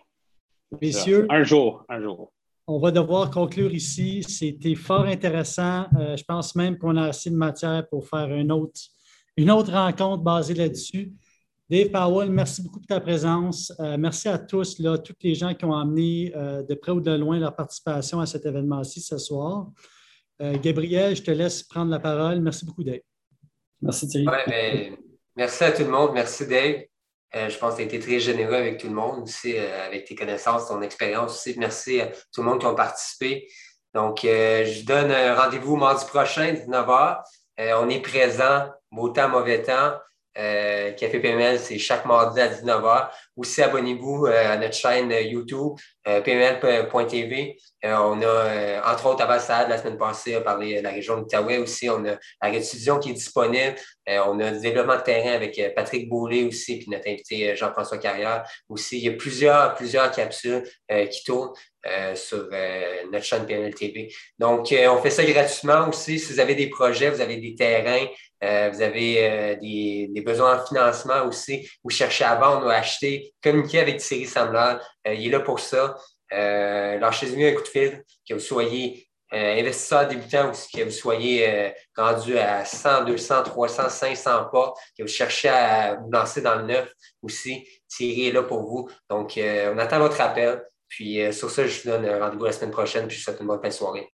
Messieurs, un jour, un jour. On va devoir conclure ici. C'était fort intéressant. Euh, je pense même qu'on a assez de matière pour faire une autre, une autre rencontre basée là-dessus. Dave Powell, merci beaucoup pour ta présence. Euh, merci à tous, là, tous les gens qui ont amené euh, de près ou de loin leur participation à cet événement-ci ce soir. Euh, Gabriel, je te laisse prendre la parole. Merci beaucoup, Dave. Merci, Thierry. Ouais, ben, merci à tout le monde. Merci, Dave. Euh, je pense que tu as été très généreux avec tout le monde aussi, euh, avec tes connaissances, ton expérience aussi. Merci à tout le monde qui a participé. Donc, euh, je donne un rendez-vous mardi prochain, dix-neuf heures. Euh, on est présent, beau temps, mauvais temps. Euh, Café P M L, c'est chaque mardi à dix-neuf heures. Aussi, abonnez-vous euh, à notre chaîne YouTube, euh, p m l point t v. Euh, on a, euh, entre autres, Abbas Saad, la semaine passée, a parlé de la région de l'Outaouais aussi. On a la rédifusion qui est disponible. Euh, on a du développement de terrain avec euh, Patrick Beaulé aussi, puis notre invité euh, Jean-François Carrière aussi. Il y a plusieurs, plusieurs capsules euh, qui tournent euh, sur euh, notre chaîne P M L T V. Donc, euh, on fait ça gratuitement aussi. Si vous avez des projets, vous avez des terrains, Euh, vous avez euh, des, des besoins en financement aussi, vous cherchez à vendre ou à acheter, communiquez avec Thierry Samblal, euh, il est là pour ça. Euh, lâchez-lui un coup de fil, que vous soyez euh, investisseur débutant ou que vous soyez euh, rendu à cent, deux cents, trois cents, cinq cents pas, que vous cherchez à vous lancer dans le neuf aussi. Thierry est là pour vous. Donc, euh, on attend votre appel. Puis euh, sur ça, je vous donne un rendez-vous la semaine prochaine, puis je vous souhaite une bonne fin de soirée.